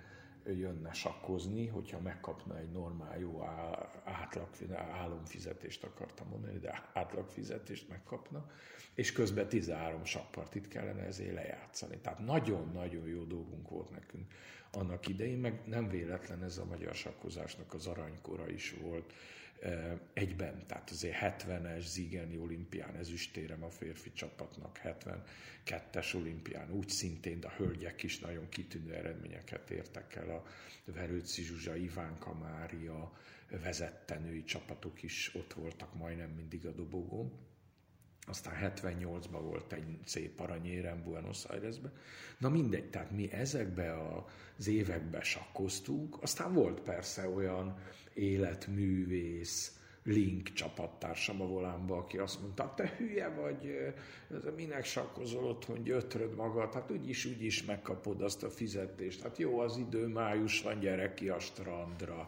jönne sakkozni, hogyha megkapna egy normál, jó átlag, álomfizetést akartam mondani, de átlagfizetést megkapna, és közben tizenhárom sakkpartit kellene ezért lejátszani. Tehát nagyon-nagyon jó dolgunk volt nekünk annak idején, meg nem véletlen ez a magyar sakkozásnak az aranykora is volt egyben. Tehát azért hetvenes Zigeni olimpián ezüstérem a férfi csapatnak, hetvenkettes olimpián úgy szintén, de a hölgyek is nagyon kitűnő eredményeket értek el. A Verőci Zsuzsa, Ivánka Mária vezette női csapatok is ott voltak majdnem mindig a dobogón. Aztán hetvennyolcban volt egy szép aranyérem Buenos Airesben. Na mindegy, tehát mi ezekbe az években sakkoztunk, aztán volt persze olyan életművész, Link csapattársam a volánba, aki azt mondta, te hülye vagy, minek sakkozol otthon, gyötröd magad, hát úgyis, úgyis megkapod azt a fizetést. Hát jó, az idő, május van, gyere ki a strandra.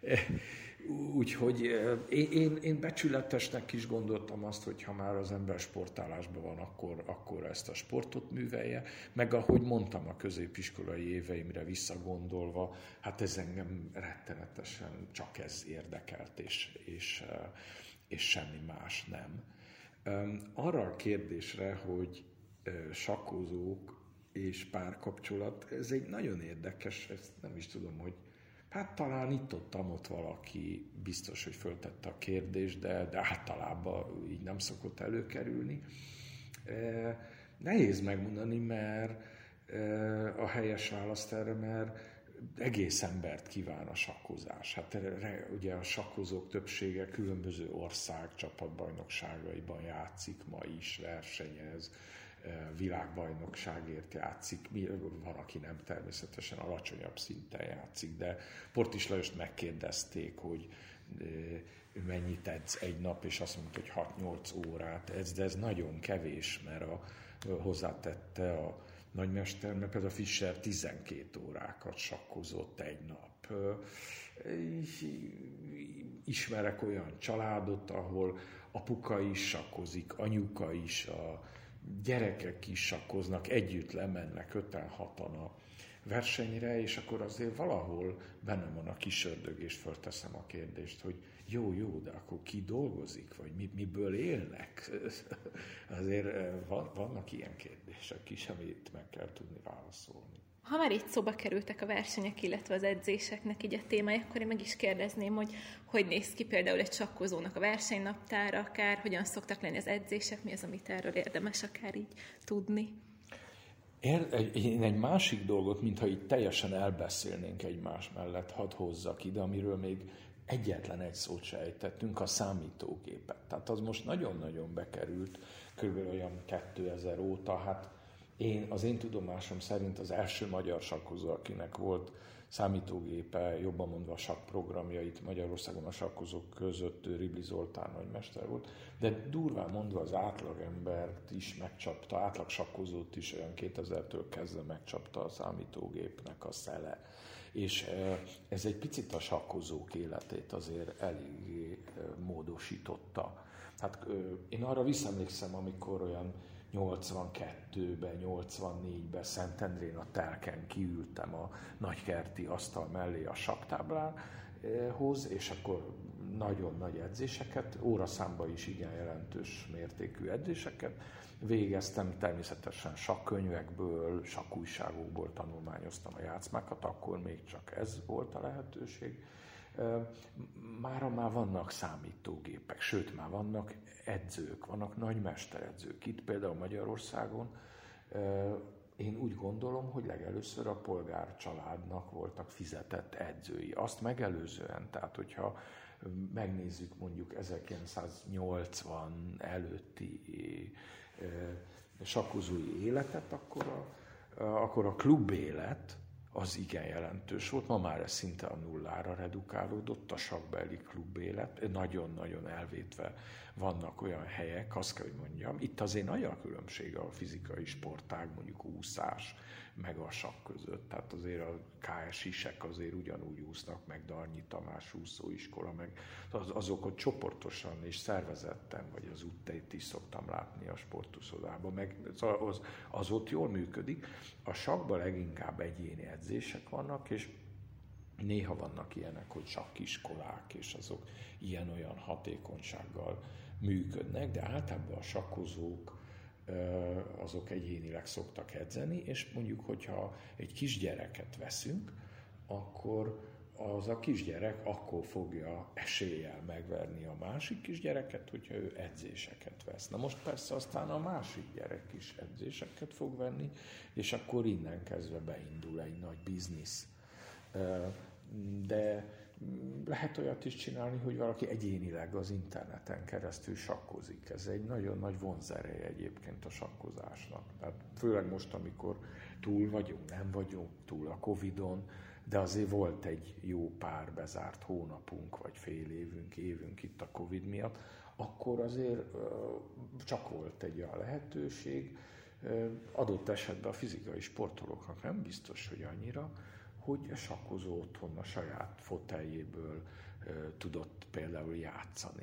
Úgyhogy én, én, én becsületesnek is gondoltam azt, hogy ha már az ember sportálásban van, akkor, akkor ezt a sportot művelje. Meg ahogy mondtam a középiskolai éveimre visszagondolva, hát ez engem rettenetesen csak ez érdekelt, és, és, és semmi más nem. Arra a kérdésre, hogy sakkozók és párkapcsolat, ez egy nagyon érdekes, ezt nem is tudom, hogy hát talán itt-ottam ott valaki biztos, hogy föltette a kérdést, de, de általában így nem szokott előkerülni. E, nehéz megmondani, mert e, a helyes választ erre, mert egész embert kíván a sakkozás. Hát erre, ugye a sakkozók többsége különböző ország csapatbajnokságaiban játszik, ma is versenyez, világbajnokságért játszik, van, aki nem, természetesen alacsonyabb szinten játszik, de Portis Lajost megkérdezték, hogy ő mennyit edz egy nap, és azt mondta, hogy hat-nyolc órát edz, de ez nagyon kevés, mert a, hozzátette a nagymester, mert például Fischer tizenkét órákat sakkozott egy nap. Ismerek olyan családot, ahol apuka is sakkozik, anyuka is, a gyerekek is sakkoznak, együtt lemennek öten-hatan a versenyre, és akkor azért valahol bennem van a kis ördög, és fölteszem a kérdést, hogy jó, jó, de akkor ki dolgozik, vagy mi, miből élnek? Azért vannak ilyen kérdések is, amit meg kell tudni válaszolni. Ha már itt szóba kerültek a versenyek, illetve az edzéseknek így a témája, akkor én meg is kérdezném, hogy hogy néz ki például egy sakkozónak a versenynaptára, akár hogyan szoktak lenni az edzések, mi az, amit erről érdemes akár így tudni. Én egy másik dolgot, mintha itt teljesen elbeszélnénk egymás mellett, hadd hozzak ide, amiről még egyetlen egy szót se ejtettünk, a számítógépet. Tehát az most nagyon-nagyon bekerült, körülbelül olyan kétezer óta, hát Én, az én tudomásom szerint az első magyar sakkozó, akinek volt számítógépe, jobban mondva a sakkprogramjait Magyarországon a sakkozók között Ribli Zoltán nagymester volt, de durván mondva az átlagembert is megcsapta, átlag sakkozót is olyan kétezertől kezdve megcsapta a számítógépnek a szele. És ez egy picit a sakkozók életét azért eléggé módosította. Hát én arra visszaemlékszem, amikor olyan nyolcvankettőben, nyolcvannégyben Szentendrén a telken kiültem a nagykerti asztal mellé a sakktáblához, és akkor nagyon nagy edzéseket, óraszámban is igen jelentős mértékű edzéseket végeztem, természetesen sakkönyvekből, sakkújságokból tanulmányoztam a játszmákat, akkor még csak ez volt a lehetőség. Mára már vannak számítógépek, sőt már vannak edzők, vannak nagymesteredzők. Itt például Magyarországon én úgy gondolom, hogy legelőször a polgárcsaládnak voltak fizetett edzői. Azt megelőzően, tehát hogyha megnézzük mondjuk ezerkilencszáznyolcvan előtti sakkozói életet, akkor a, akkor a klubélet az igen jelentős volt. Ma már ez szinte a nullára redukálódott, a sakkbeli klubélet. Nagyon-nagyon elvétve vannak olyan helyek, azt kell, hogy mondjam. Itt azért nagy a különbség a fizikai sportág, mondjuk úszás, meg a sakk között. Tehát azért a ká es isek azért ugyanúgy úsznak, meg Darnyi Tamás úszóiskola, meg az, azok ott csoportosan és szervezetten, vagy az útteit is szoktam látni a sportuszodában, meg az, az ott jól működik. A sakkban leginkább egyéni edzések vannak, és Néha vannak ilyenek, hogy sakkiskolák, és azok ilyen-olyan hatékonysággal működnek, de általában a sakkozók azok egyénileg szoktak edzeni, és mondjuk, hogyha egy kisgyereket veszünk, akkor az a kisgyerek akkor fogja eséllyel megverni a másik kisgyereket, hogyha ő edzéseket vesz. Na most persze aztán a másik gyerek is edzéseket fog venni, és akkor innen kezdve beindul egy nagy biznisz. De lehet olyat is csinálni, hogy valaki egyénileg az interneten keresztül sakkozik. Ez egy nagyon nagy vonzereje egyébként a sakkozásnak. Tehát főleg most, amikor túl vagyunk, nem vagyunk túl a Covidon, de azért volt egy jó pár bezárt hónapunk, vagy fél évünk, évünk itt a Covid miatt, akkor azért csak volt egy olyan lehetőség, adott esetben a fizikai sportolóknak nem biztos, hogy annyira, hogy a sakkozó otthon a saját foteljéből tudott például játszani.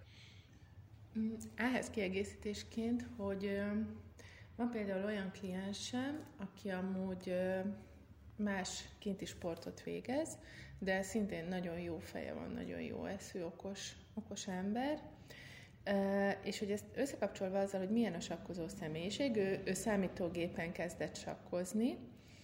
Ehhez kiegészítésként, hogy van például olyan kliensem, aki amúgy más kinti sportot végez, de szintén nagyon jó feje van, nagyon jó eszű, okos, okos ember, és hogy ezt összekapcsolva azzal, hogy milyen a sakkozó személyiség, ő, ő számítógépen kezdett sakkozni,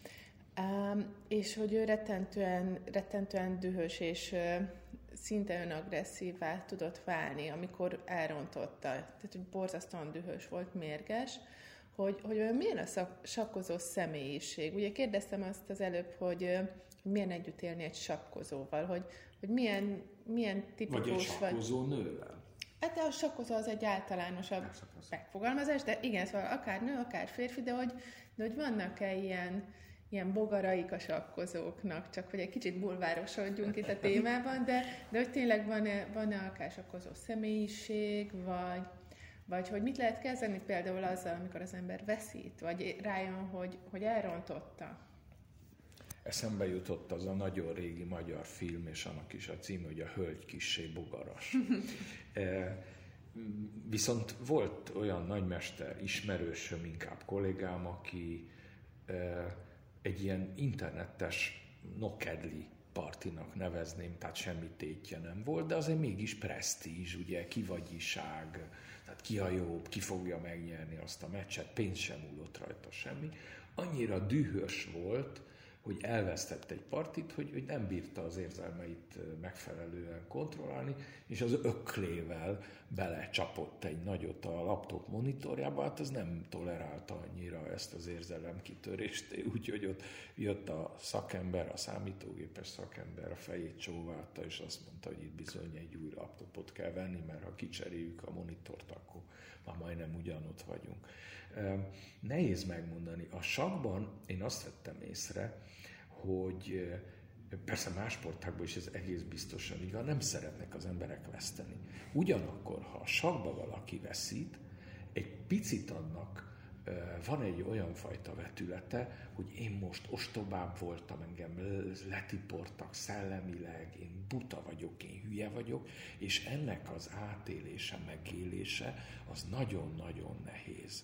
és hogy ő rettentően, rettentően dühös és szinte önagresszívvá tudott válni, amikor elrontotta. Tehát, hogy borzasztóan dühös volt, mérges, hogy, hogy milyen a szak, sakkozó személyiség. Ugye kérdeztem azt az előbb, hogy, hogy milyen együtt élni egy sakkozóval, hogy, hogy milyen, milyen tipikus vagy. Vagy egy sakkozó vagy... nővel. Hát a sakkozó az egy általánosabb persze, persze. megfogalmazás, de igen, szóval akár nő, akár férfi, de hogy, de hogy vannak-e ilyen, ilyen bogaraik a sakkozóknak, csak hogy egy kicsit bulvárosodjunk itt a témában, de, de hogy tényleg van-e, van-e akár sakkozó személyiség, vagy, vagy hogy mit lehet kezdeni például azzal, amikor az ember veszít, vagy rájön, hogy, hogy elrontotta. Eszembe jutott az a nagyon régi magyar film, és annak is a címe, hogy a hölgy kissé bogaras. e, viszont volt olyan nagymester, ismerősöm, inkább kollégám, aki e, egy ilyen internetes nokedli partinak nevezném, tehát semmi tétje nem volt, de azért mégis presztízs, ugye, kivagyiság, tehát ki a jobb, ki fogja megnyerni azt a meccset, pénz sem múlott rajta semmi. Annyira dühös volt, hogy elvesztett egy partit, hogy, hogy nem bírta az érzelmeit megfelelően kontrollálni, és az öklével belecsapott egy nagyot a laptop monitorjába, hát az nem tolerálta annyira ezt az érzelemkitörést, úgyhogy ott jött a szakember, a számítógépes szakember, a fejét csóválta, és azt mondta, hogy itt bizony egy új laptopot kell venni, mert ha kicseréljük a monitort, akkor már majdnem ugyanott vagyunk. Nehéz megmondani. A sakkban én azt vettem észre, hogy persze más sportágban is ez egész biztosan így van, nem szeretnek az emberek veszteni. Ugyanakkor, ha a sakkba valaki veszít, egy picit annak van egy olyan fajta vetülete, hogy én most ostobább voltam, engem letiportak szellemileg, én buta vagyok, én hülye vagyok, és ennek az átélése, megélése az nagyon-nagyon nehéz.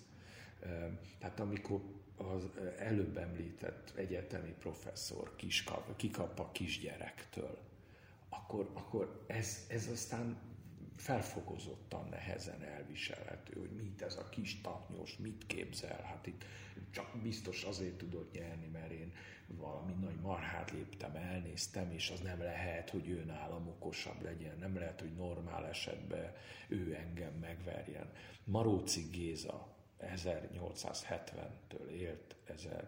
Tehát amikor az előbb említett egyetemi professzor kiskap, kikap a kisgyerektől, akkor, akkor ez, ez aztán felfokozottan nehezen elviselhető, hogy mit ez a kis taknyos, mit képzel, hát itt csak biztos azért tudott nyerni, mert én valami nagy marhát léptem, elnéztem, és az nem lehet, hogy ő nálam okosabb legyen, nem lehet, hogy normál esetben ő engem megverjen. Maróczy Géza ezernyolcszázhetventől élt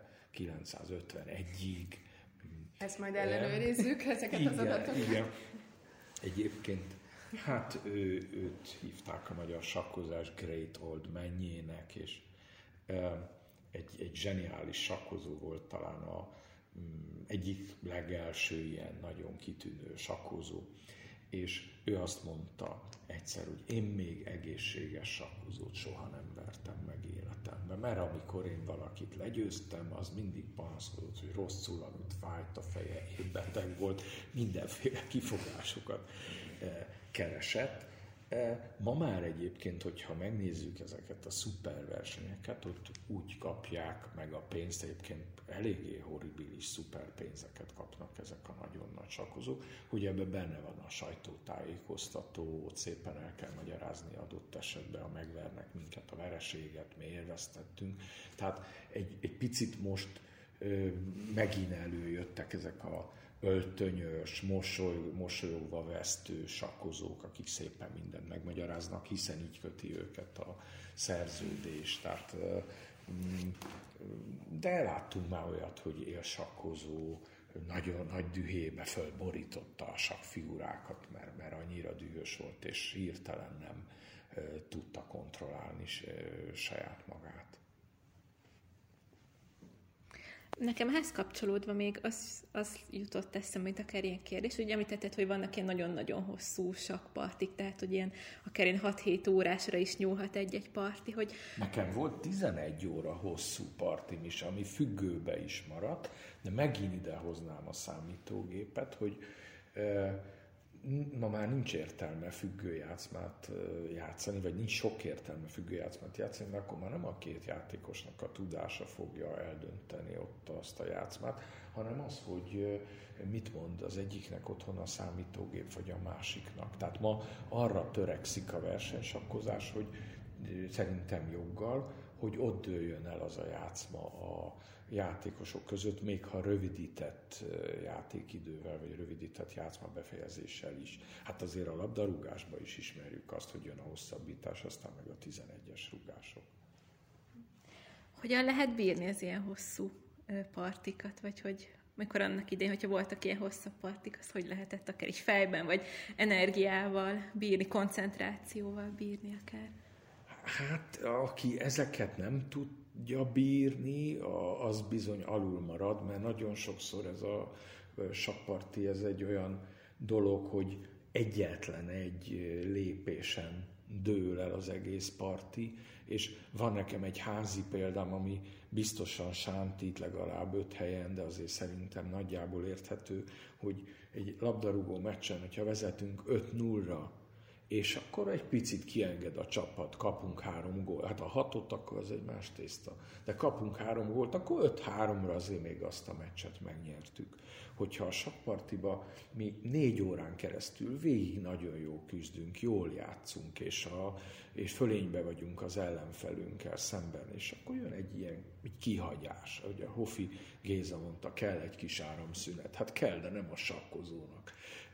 ezerkilencszázötvenegyig. Ezt majd ellenőrizzük, ezeket igen, az adatokat. Igen. Egyébként, hát ő, őt hívták a magyar sakkozás Great Old Manjének, és e, egy, egy zseniális sakkozó volt, talán a m, egyik legelső ilyen nagyon kitűnő sakkozó. És ő azt mondta egyszer, hogy én még egészséges sakkozót soha nem vertem meg életemben, mert amikor én valakit legyőztem, az mindig panaszkodott, hogy rosszul aludt, fájt a feje, én beteg volt, mindenféle kifogásokat keresett, Ma már egyébként, hogyha megnézzük ezeket a szuperversenyeket, ott úgy kapják meg a pénzt, egyébként eléggé horribilis szuperpénzeket kapnak ezek a nagyon nagy sakkozók, hogy ebben benne van a sajtótájékoztató, ott szépen el kell magyarázni adott esetben, ha megvernek minket a vereséget, miért vesztettünk. Tehát egy, egy picit most ö, megint előjöttek ezek a öltönyös, mosoly, mosolyogva vesztő sakkozók, akik szépen mindent megmagyaráznak, hiszen így köti őket a szerződés. Tehát, de láttunk már olyat, hogy élsakkozó nagyon nagy dühébe fölborította a sakkfigurákat, mert, mert annyira dühös volt, és hirtelen nem tudta kontrollálni saját magát. Nekem ehhez kapcsolódva még az, az jutott eszembe, mint akár ilyen kérdés, ugye említetted, hogy vannak ilyen nagyon-nagyon hosszú sakkpartik, tehát hogy ilyen akár ilyen hat-hét órásra is nyúlhat egy-egy parti, hogy... Nekem volt tizenegy óra hosszú partim is, ami függőbe is maradt, de megint idehoznám a számítógépet, hogy e, ma már nincs értelme függőjátszmát játszani, vagy nincs sok értelme függőjátszmát játszani, mert akkor már nem a két játékosnak a tudása fogja eldönteni ott azt a játszmát, hanem az, hogy mit mond az egyiknek otthon a számítógép, vagy a másiknak. Tehát ma arra törekszik a versenysakkozás, hogy szerintem joggal, hogy ott dőljön el az a játszma a játékosok között, még ha rövidített játékidővel, vagy rövidített játszma befejezéssel is. Hát azért a labdarúgásban is ismerjük azt, hogy jön a hosszabbítás, aztán meg a tizenegyes rúgások. Hogyan lehet bírni az ilyen hosszú partikat, vagy hogy mikor annak idején, hogyha voltak ilyen hosszabb partik, az hogy lehetett akár így fejben, vagy energiával bírni, koncentrációval bírni akár? Hát, aki ezeket nem tudja bírni, az bizony alul marad, mert nagyon sokszor ez a sakkparti, ez egy olyan dolog, hogy egyetlen egy lépésen dől el az egész parti, és van nekem egy házi példám, ami biztosan sántít legalább öt helyen, de azért szerintem nagyjából érthető, hogy egy labdarúgó meccsen, hogyha vezetünk öt nullra, és akkor egy picit kienged a csapat, kapunk három gólt. Hát ha hatot, akkor az egy más tészta. De kapunk három gólt, akkor öt háromra azért még azt a meccset megnyertük. Hogyha a sakkpartiba mi négy órán keresztül végig nagyon jó küzdünk, jól játszunk, és, a, és fölénybe vagyunk az ellenfelünkkel szemben, és akkor jön egy ilyen egy kihagyás. Ugye a Hofi Géza mondta, kell egy kis áramszünet. Hát kell, de nem a sakkozónak.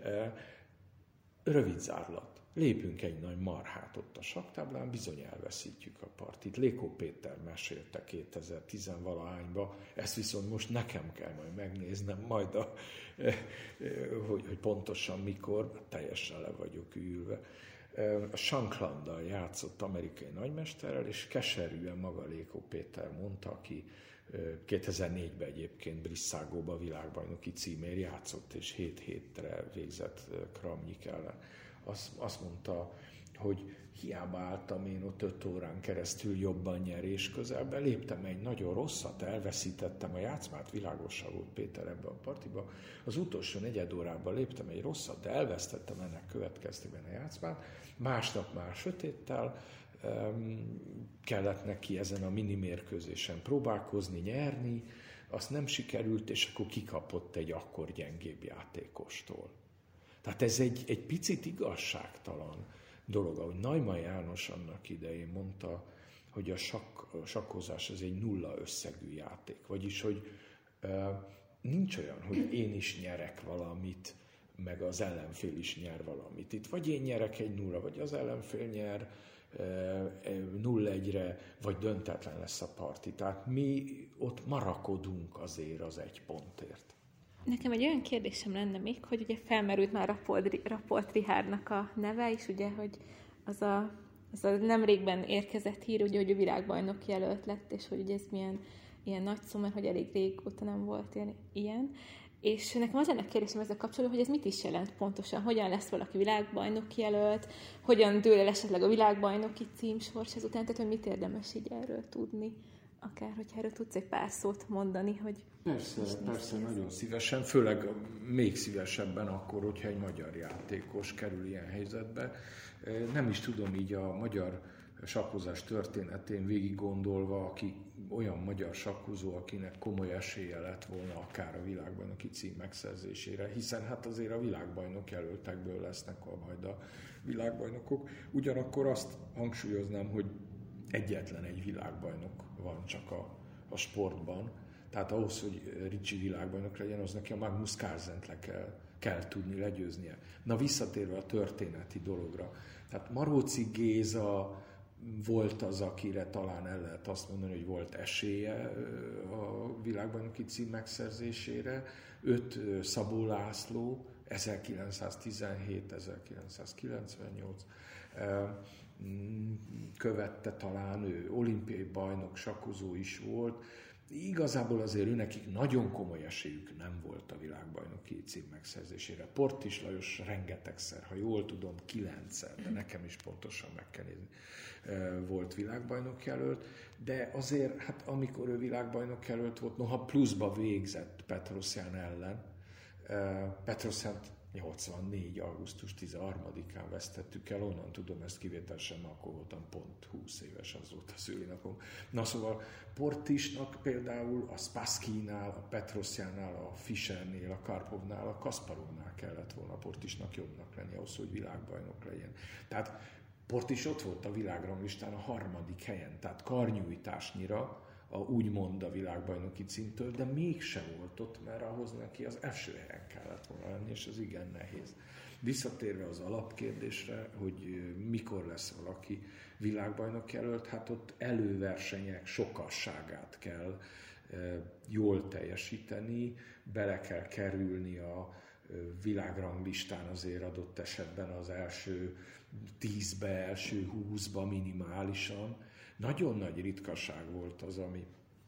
Rövid zárlat. Lépünk egy nagy marhát ott a sakktáblán, bizony elveszítjük a partit. Lékó Péter mesélte kétezer-tíz-valahányba, ezt viszont most nekem kell majd megnéznem, majd a, hogy, hogy pontosan mikor, teljesen le vagyok ülve. A Shanklanddal játszott amerikai nagymesterrel, és keserűen maga Lékó Péter mondta, aki kétezer-négyben egyébként Brisságóban világbajnoki címért játszott, és hét hétre végzett Kramnyik ellen. Azt, azt mondta, hogy hiába álltam én ott öt órán keresztül jobban nyerés közelben, léptem egy nagyon rosszat, elveszítettem a játszmát, világosan volt Péter ebbe a partiba. Az utolsó negyed órában léptem egy rosszat, de elvesztettem ennek következtében a játszmát. Másnap már sötéttel um, kellett neki ezen a mini mérkőzésen próbálkozni, nyerni, azt nem sikerült, és akkor kikapott egy akkor gyengébb játékostól. Tehát ez egy, egy picit igazságtalan dolog, ahogy Neumann János annak idején mondta, hogy a, sakk, a sakkozás az egy nulla összegű játék. Vagyis, hogy uh, nincs olyan, hogy én is nyerek valamit, meg az ellenfél is nyer valamit. Itt vagy én nyerek egy nulla, vagy az ellenfél nyer uh, nulla egyre, vagy döntetlen lesz a parti. Tehát mi ott marakodunk azért az egy pontért. Nekem egy olyan kérdésem lenne még, hogy ugye felmerült már Rappold Richardnak a neve is, ugye, hogy az a, az a nemrégben érkezett hír, ugye, hogy a világbajnok jelölt lett, és hogy ugye ez milyen ilyen nagy szó, mert hogy elég régóta nem volt ilyen, ilyen. És nekem az ennek kérdésem ezzel kapcsolatban, hogy ez mit is jelent pontosan, hogyan lesz valaki világbajnok jelölt, hogyan dől el esetleg a világbajnoki címsors ezután, tehát hogy mit érdemes így erről tudni akár, hogyha erről tudsz egy pár szót mondani, hogy... Persze, persze, nagyon szívesen, főleg még szívesebben akkor, hogyha egy magyar játékos kerül ilyen helyzetbe. Nem is tudom így a magyar sakkozás történetén végig gondolva, aki olyan magyar sakkozó, akinek komoly esélye lett volna akár a világbajnoki cím megszerzésére, hiszen hát azért a világbajnok jelöltekből lesznek a majd a világbajnokok. Ugyanakkor azt hangsúlyoznám, hogy egyetlen egy világbajnok van csak a, a sportban, tehát ahhoz, hogy Ricsi világbajnok legyen, az neki a Magnus Carlsent le kell, kell tudni legyőznie. Na visszatérve a történeti dologra, tehát Maróczy Géza volt az, akire talán el lehet azt mondani, hogy volt esélye a világbajnoki cím megszerzésére. Őt Szabó László ezerkilencszáztizenhét ezerkilencszázkilencvennyolc követte, talán ő olimpiai bajnok, sakkozó is volt. Igazából azért őnekik nagyon komoly esélyük nem volt a világbajnoki cím megszerzésére. Portis Lajos rengetegszer, ha jól tudom, kilencszer, de nekem is pontosan meg kell nézni, volt világbajnok jelölt, de azért, hát amikor ő világbajnok jelölt volt, noha pluszba végzett Petrosyan ellen, Petrosyant nyolcvannégy. augusztus tizenharmadikán vesztettük el, onnan tudom ezt kivételesen, mert akkor voltam pont húsz éves, az volt a szülinapom. Na szóval Portisnak például a Spasskinál, a Petrosyannál, a Fischernél, a Karpovnál, a Kasparovnál kellett volna Portisnak jobbnak lenni ahhoz, hogy világbajnok legyen. Tehát Portis ott volt a világranglistán a harmadik helyen, tehát karnyújtásnyira, a, úgymond a világbajnoki címtől, de mégse volt ott, mert ahhoz neki az első helyen kellett volna lenni, és ez igen nehéz. Visszatérve az alapkérdésre, hogy mikor lesz valaki világbajnok jelölt, hát ott előversenyek sokasságát kell jól teljesíteni, bele kell kerülni a világranglistán azért adott esetben az első tízbe, első húszba minimálisan. Nagyon nagy ritkaság volt az, ami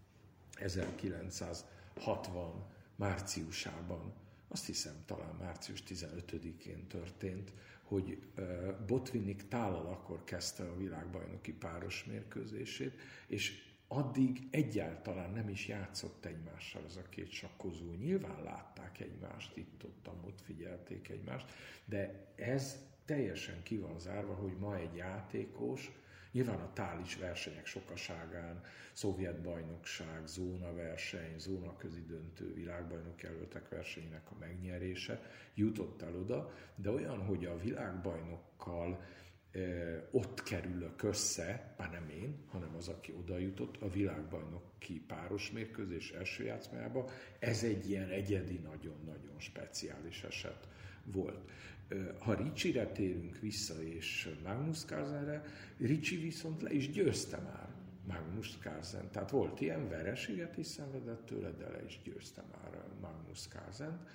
ezerkilencszázhatvan márciusában, azt hiszem talán március tizenötödikén történt, hogy Botvinnik Tállal akkor kezdte a világbajnoki páros mérkőzését, és addig egyáltalán nem is játszott egymással az a két sakkozó. Nyilván látták egymást, itt-ott, ott figyelték egymást, de ez teljesen ki van zárva, hogy ma egy játékos, nyilván a tális versenyek sokaságán, szovjet bajnokság, zónaverseny, zónaközi döntő, világbajnok jelöltek versenyének a megnyerése jutott el oda, de olyan, hogy a világbajnokkal e, ott kerülök össze, már nem én, hanem az, aki oda jutott a világbajnoki páros mérkőzés első játszmájába, ez egy ilyen egyedi, nagyon-nagyon speciális eset volt. Ha Ricsire térünk vissza és Magnus Carlsenre, Ricci viszont le is győzte már Magnus Carlsen. Tehát volt ilyen, vereséget is szenvedett tőle, de le is győzte már Magnus Carlsent.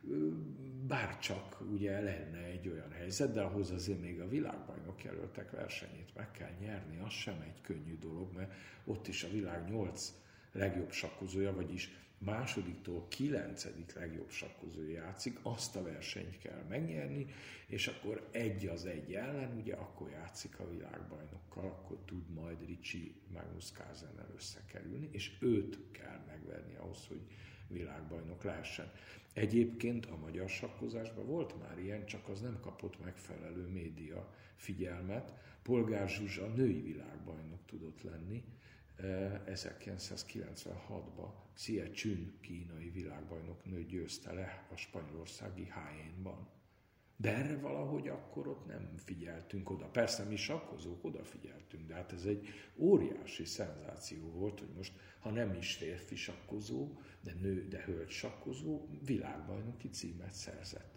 Bárcsak ugye lenne egy olyan helyzet, de ahhoz azért még a világbajnok jelöltek versenyét meg kell nyerni, az sem egy könnyű dolog, mert ott is a világ nyolc legjobb sakkozója, vagyis másodiktól kilencedik legjobb sakkozója játszik, azt a versenyt kell megnyerni, és akkor egy az egy ellen, ugye akkor játszik a világbajnokkal, akkor tud majd Ricci Magnus Carlsennel összekerülni, és őt kell megverni ahhoz, hogy világbajnok lehessen. Egyébként a magyar sakkozásban volt már ilyen, csak az nem kapott megfelelő média figyelmet. Polgár Zsuzsa női világbajnok tudott lenni, ezerkilencszázkilencvenhatban Xie Chun kínai világbajnok nő győzte le a spanyolországi Jaénban. De erre valahogy akkor ott nem figyeltünk oda. Persze mi sakkozók odafigyeltünk, de hát ez egy óriási szenzáció volt, hogy most, ha nem is férfi sakkozó, de nő, de hölgy sakkozó, világbajnoki címet szerzett.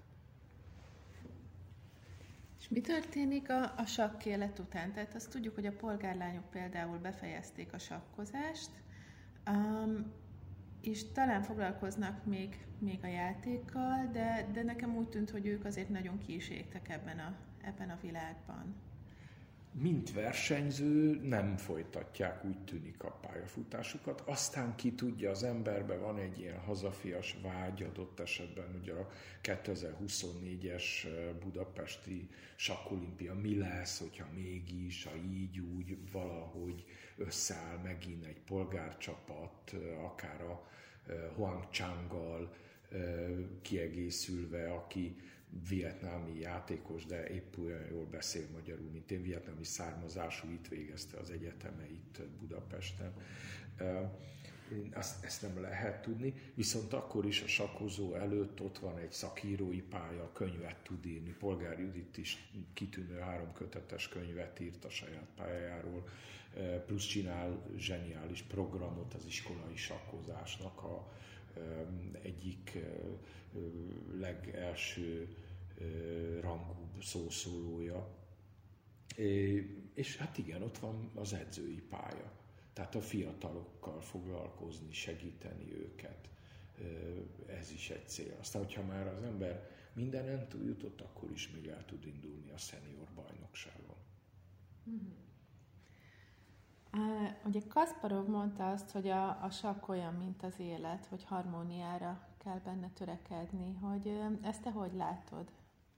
És mi történik a, a sakk élet után? Tehát azt tudjuk, hogy a polgárlányok például befejezték a sakkozást, um, és talán foglalkoznak még, még a játékkal, de, de nekem úgy tűnt, hogy ők azért nagyon ki is égtek ebben a, ebben a világban. mint versenyző nem folytatják, úgy tűnik, a pályafutásukat. Aztán ki tudja, az emberben van egy ilyen hazafias vágy, adott esetben ugye a kétezer-huszonnégyes budapesti sakkolimpia mi lesz, hogyha mégis, ha így úgy valahogy összeáll megint egy polgárcsapat, akár a Huang Changgal kiegészülve, aki vietnámi játékos, de épp olyan jól beszél magyarul, mint én, vietnámi származású, itt végezte az egyetemeit Budapesten. Ezt, ezt nem lehet tudni, viszont akkor is a sakkozó előtt ott van egy szakírói pálya, könyvet tud írni. Polgár Judit is kitűnő háromkötetes könyvet írt a saját pályájáról, plusz csinál zseniális programot az iskolai sakkozásnak a egyik legelső rangú szószólója. És hát igen, ott van az edzői pálya. Tehát a fiatalokkal foglalkozni, segíteni őket. Ez is egy cél. Aztán, hogyha már az ember mindenen túl jutott, akkor is még el tud indulni a szenior bajnokságon. Mm-hmm. Uh, ugye Kasparov mondta azt, hogy a, a sakk olyan, mint az élet, hogy harmóniára kell benne törekedni, hogy uh, ezt te hogy látod?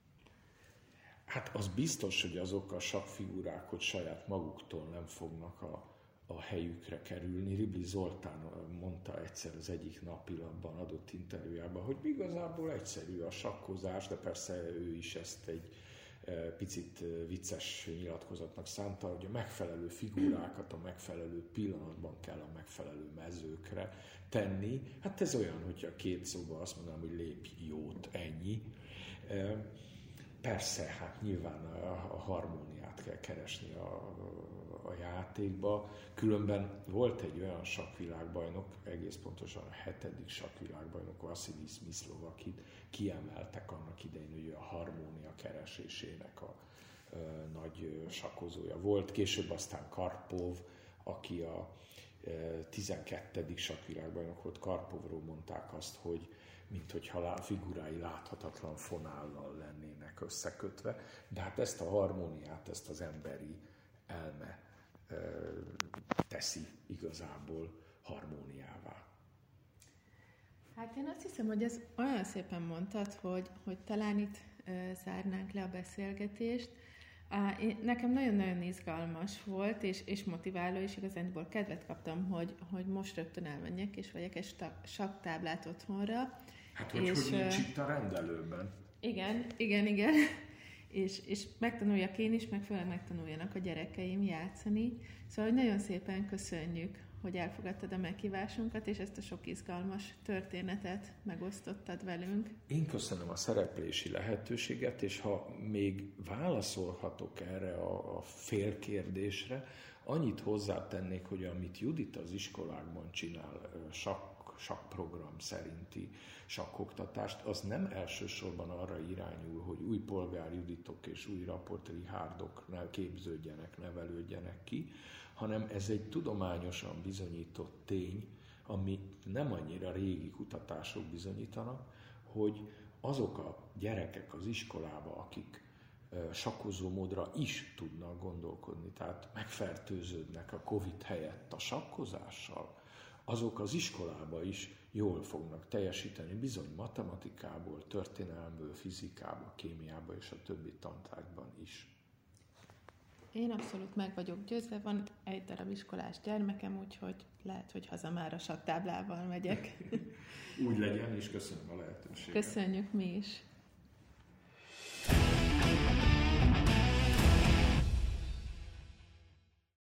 Hát az biztos, hogy azok a sakkfigurák, hogy saját maguktól nem fognak a, a helyükre kerülni. Ribli Zoltán mondta egyszer az egyik napilapban adott interjújában, hogy igazából egyszerű a sakkozás, de persze ő is ezt egy picit vicces nyilatkozatnak szánta, hogy a megfelelő figurákat a megfelelő pillanatban kell a megfelelő mezőkre tenni. Hát ez olyan, hogyha két szóban azt mondanám, hogy lépj jót, ennyi. Persze, hát nyilván a harmóniát kell keresni a, a játékba. Különben volt egy olyan sakkvilágbajnok, egész pontosan a hetedik sakkvilágbajnok, Vasilij Smyslov, akit kiemeltek annak idején, hogy a harmónia keresésének a ö, nagy sakkozója volt. Később aztán Karpov, aki a ö, tizenkettedik sakkvilágbajnok volt. Karpovról mondták azt, hogy mint hogyha a figurái láthatatlan fonállal lennének összekötve, de hát ezt a harmóniát, ezt az emberi elme ö, teszi igazából harmóniává. Hát én azt hiszem, hogy ez olyan szépen mondtad, hogy, hogy talán itt ö, zárnánk le a beszélgetést. Á, én, nekem nagyon-nagyon izgalmas volt, és, és motiváló, és igazánból kedvet kaptam, hogy, hogy most rögtön elmenjek, és vegyek egy sakktáblát otthonra. Hát, hogy, és, hogy nincs itt a rendelőben. Igen, igen, igen. És, és megtanuljak én is, meg főleg megtanuljanak a gyerekeim játszani. Szóval nagyon szépen köszönjük, hogy elfogadtad a meghívásunkat, és ezt a sok izgalmas történetet megosztottad velünk. Én köszönöm a szereplési lehetőséget, és ha még válaszolhatok erre a, a félkérdésre, annyit hozzátennék, hogy amit Judit az iskolákban csinál, sakk, sakkprogram szerinti sakkoktatást, az nem elsősorban arra irányul, hogy új Polgár Juditok és új Rapport Richárdok képződjenek, nevelődjenek ki, hanem ez egy tudományosan bizonyított tény, ami nem annyira régi kutatások bizonyítanak, hogy azok a gyerekek az iskolába, akik sakkozó módra is tudnak gondolkodni, tehát megfertőződnek a Covid helyett a sakkozással, azok az iskolába is jól fognak teljesíteni, bizony matematikából, történelemből, fizikából, kémiából és a többi tantárgyban is. Én abszolút meg vagyok győzve, van egy darab iskolás gyermekem, úgyhogy lehet, hogy haza már a sakktáblával megyek. Úgy legyen, és köszönöm a lehetőséget. Köszönjük mi is.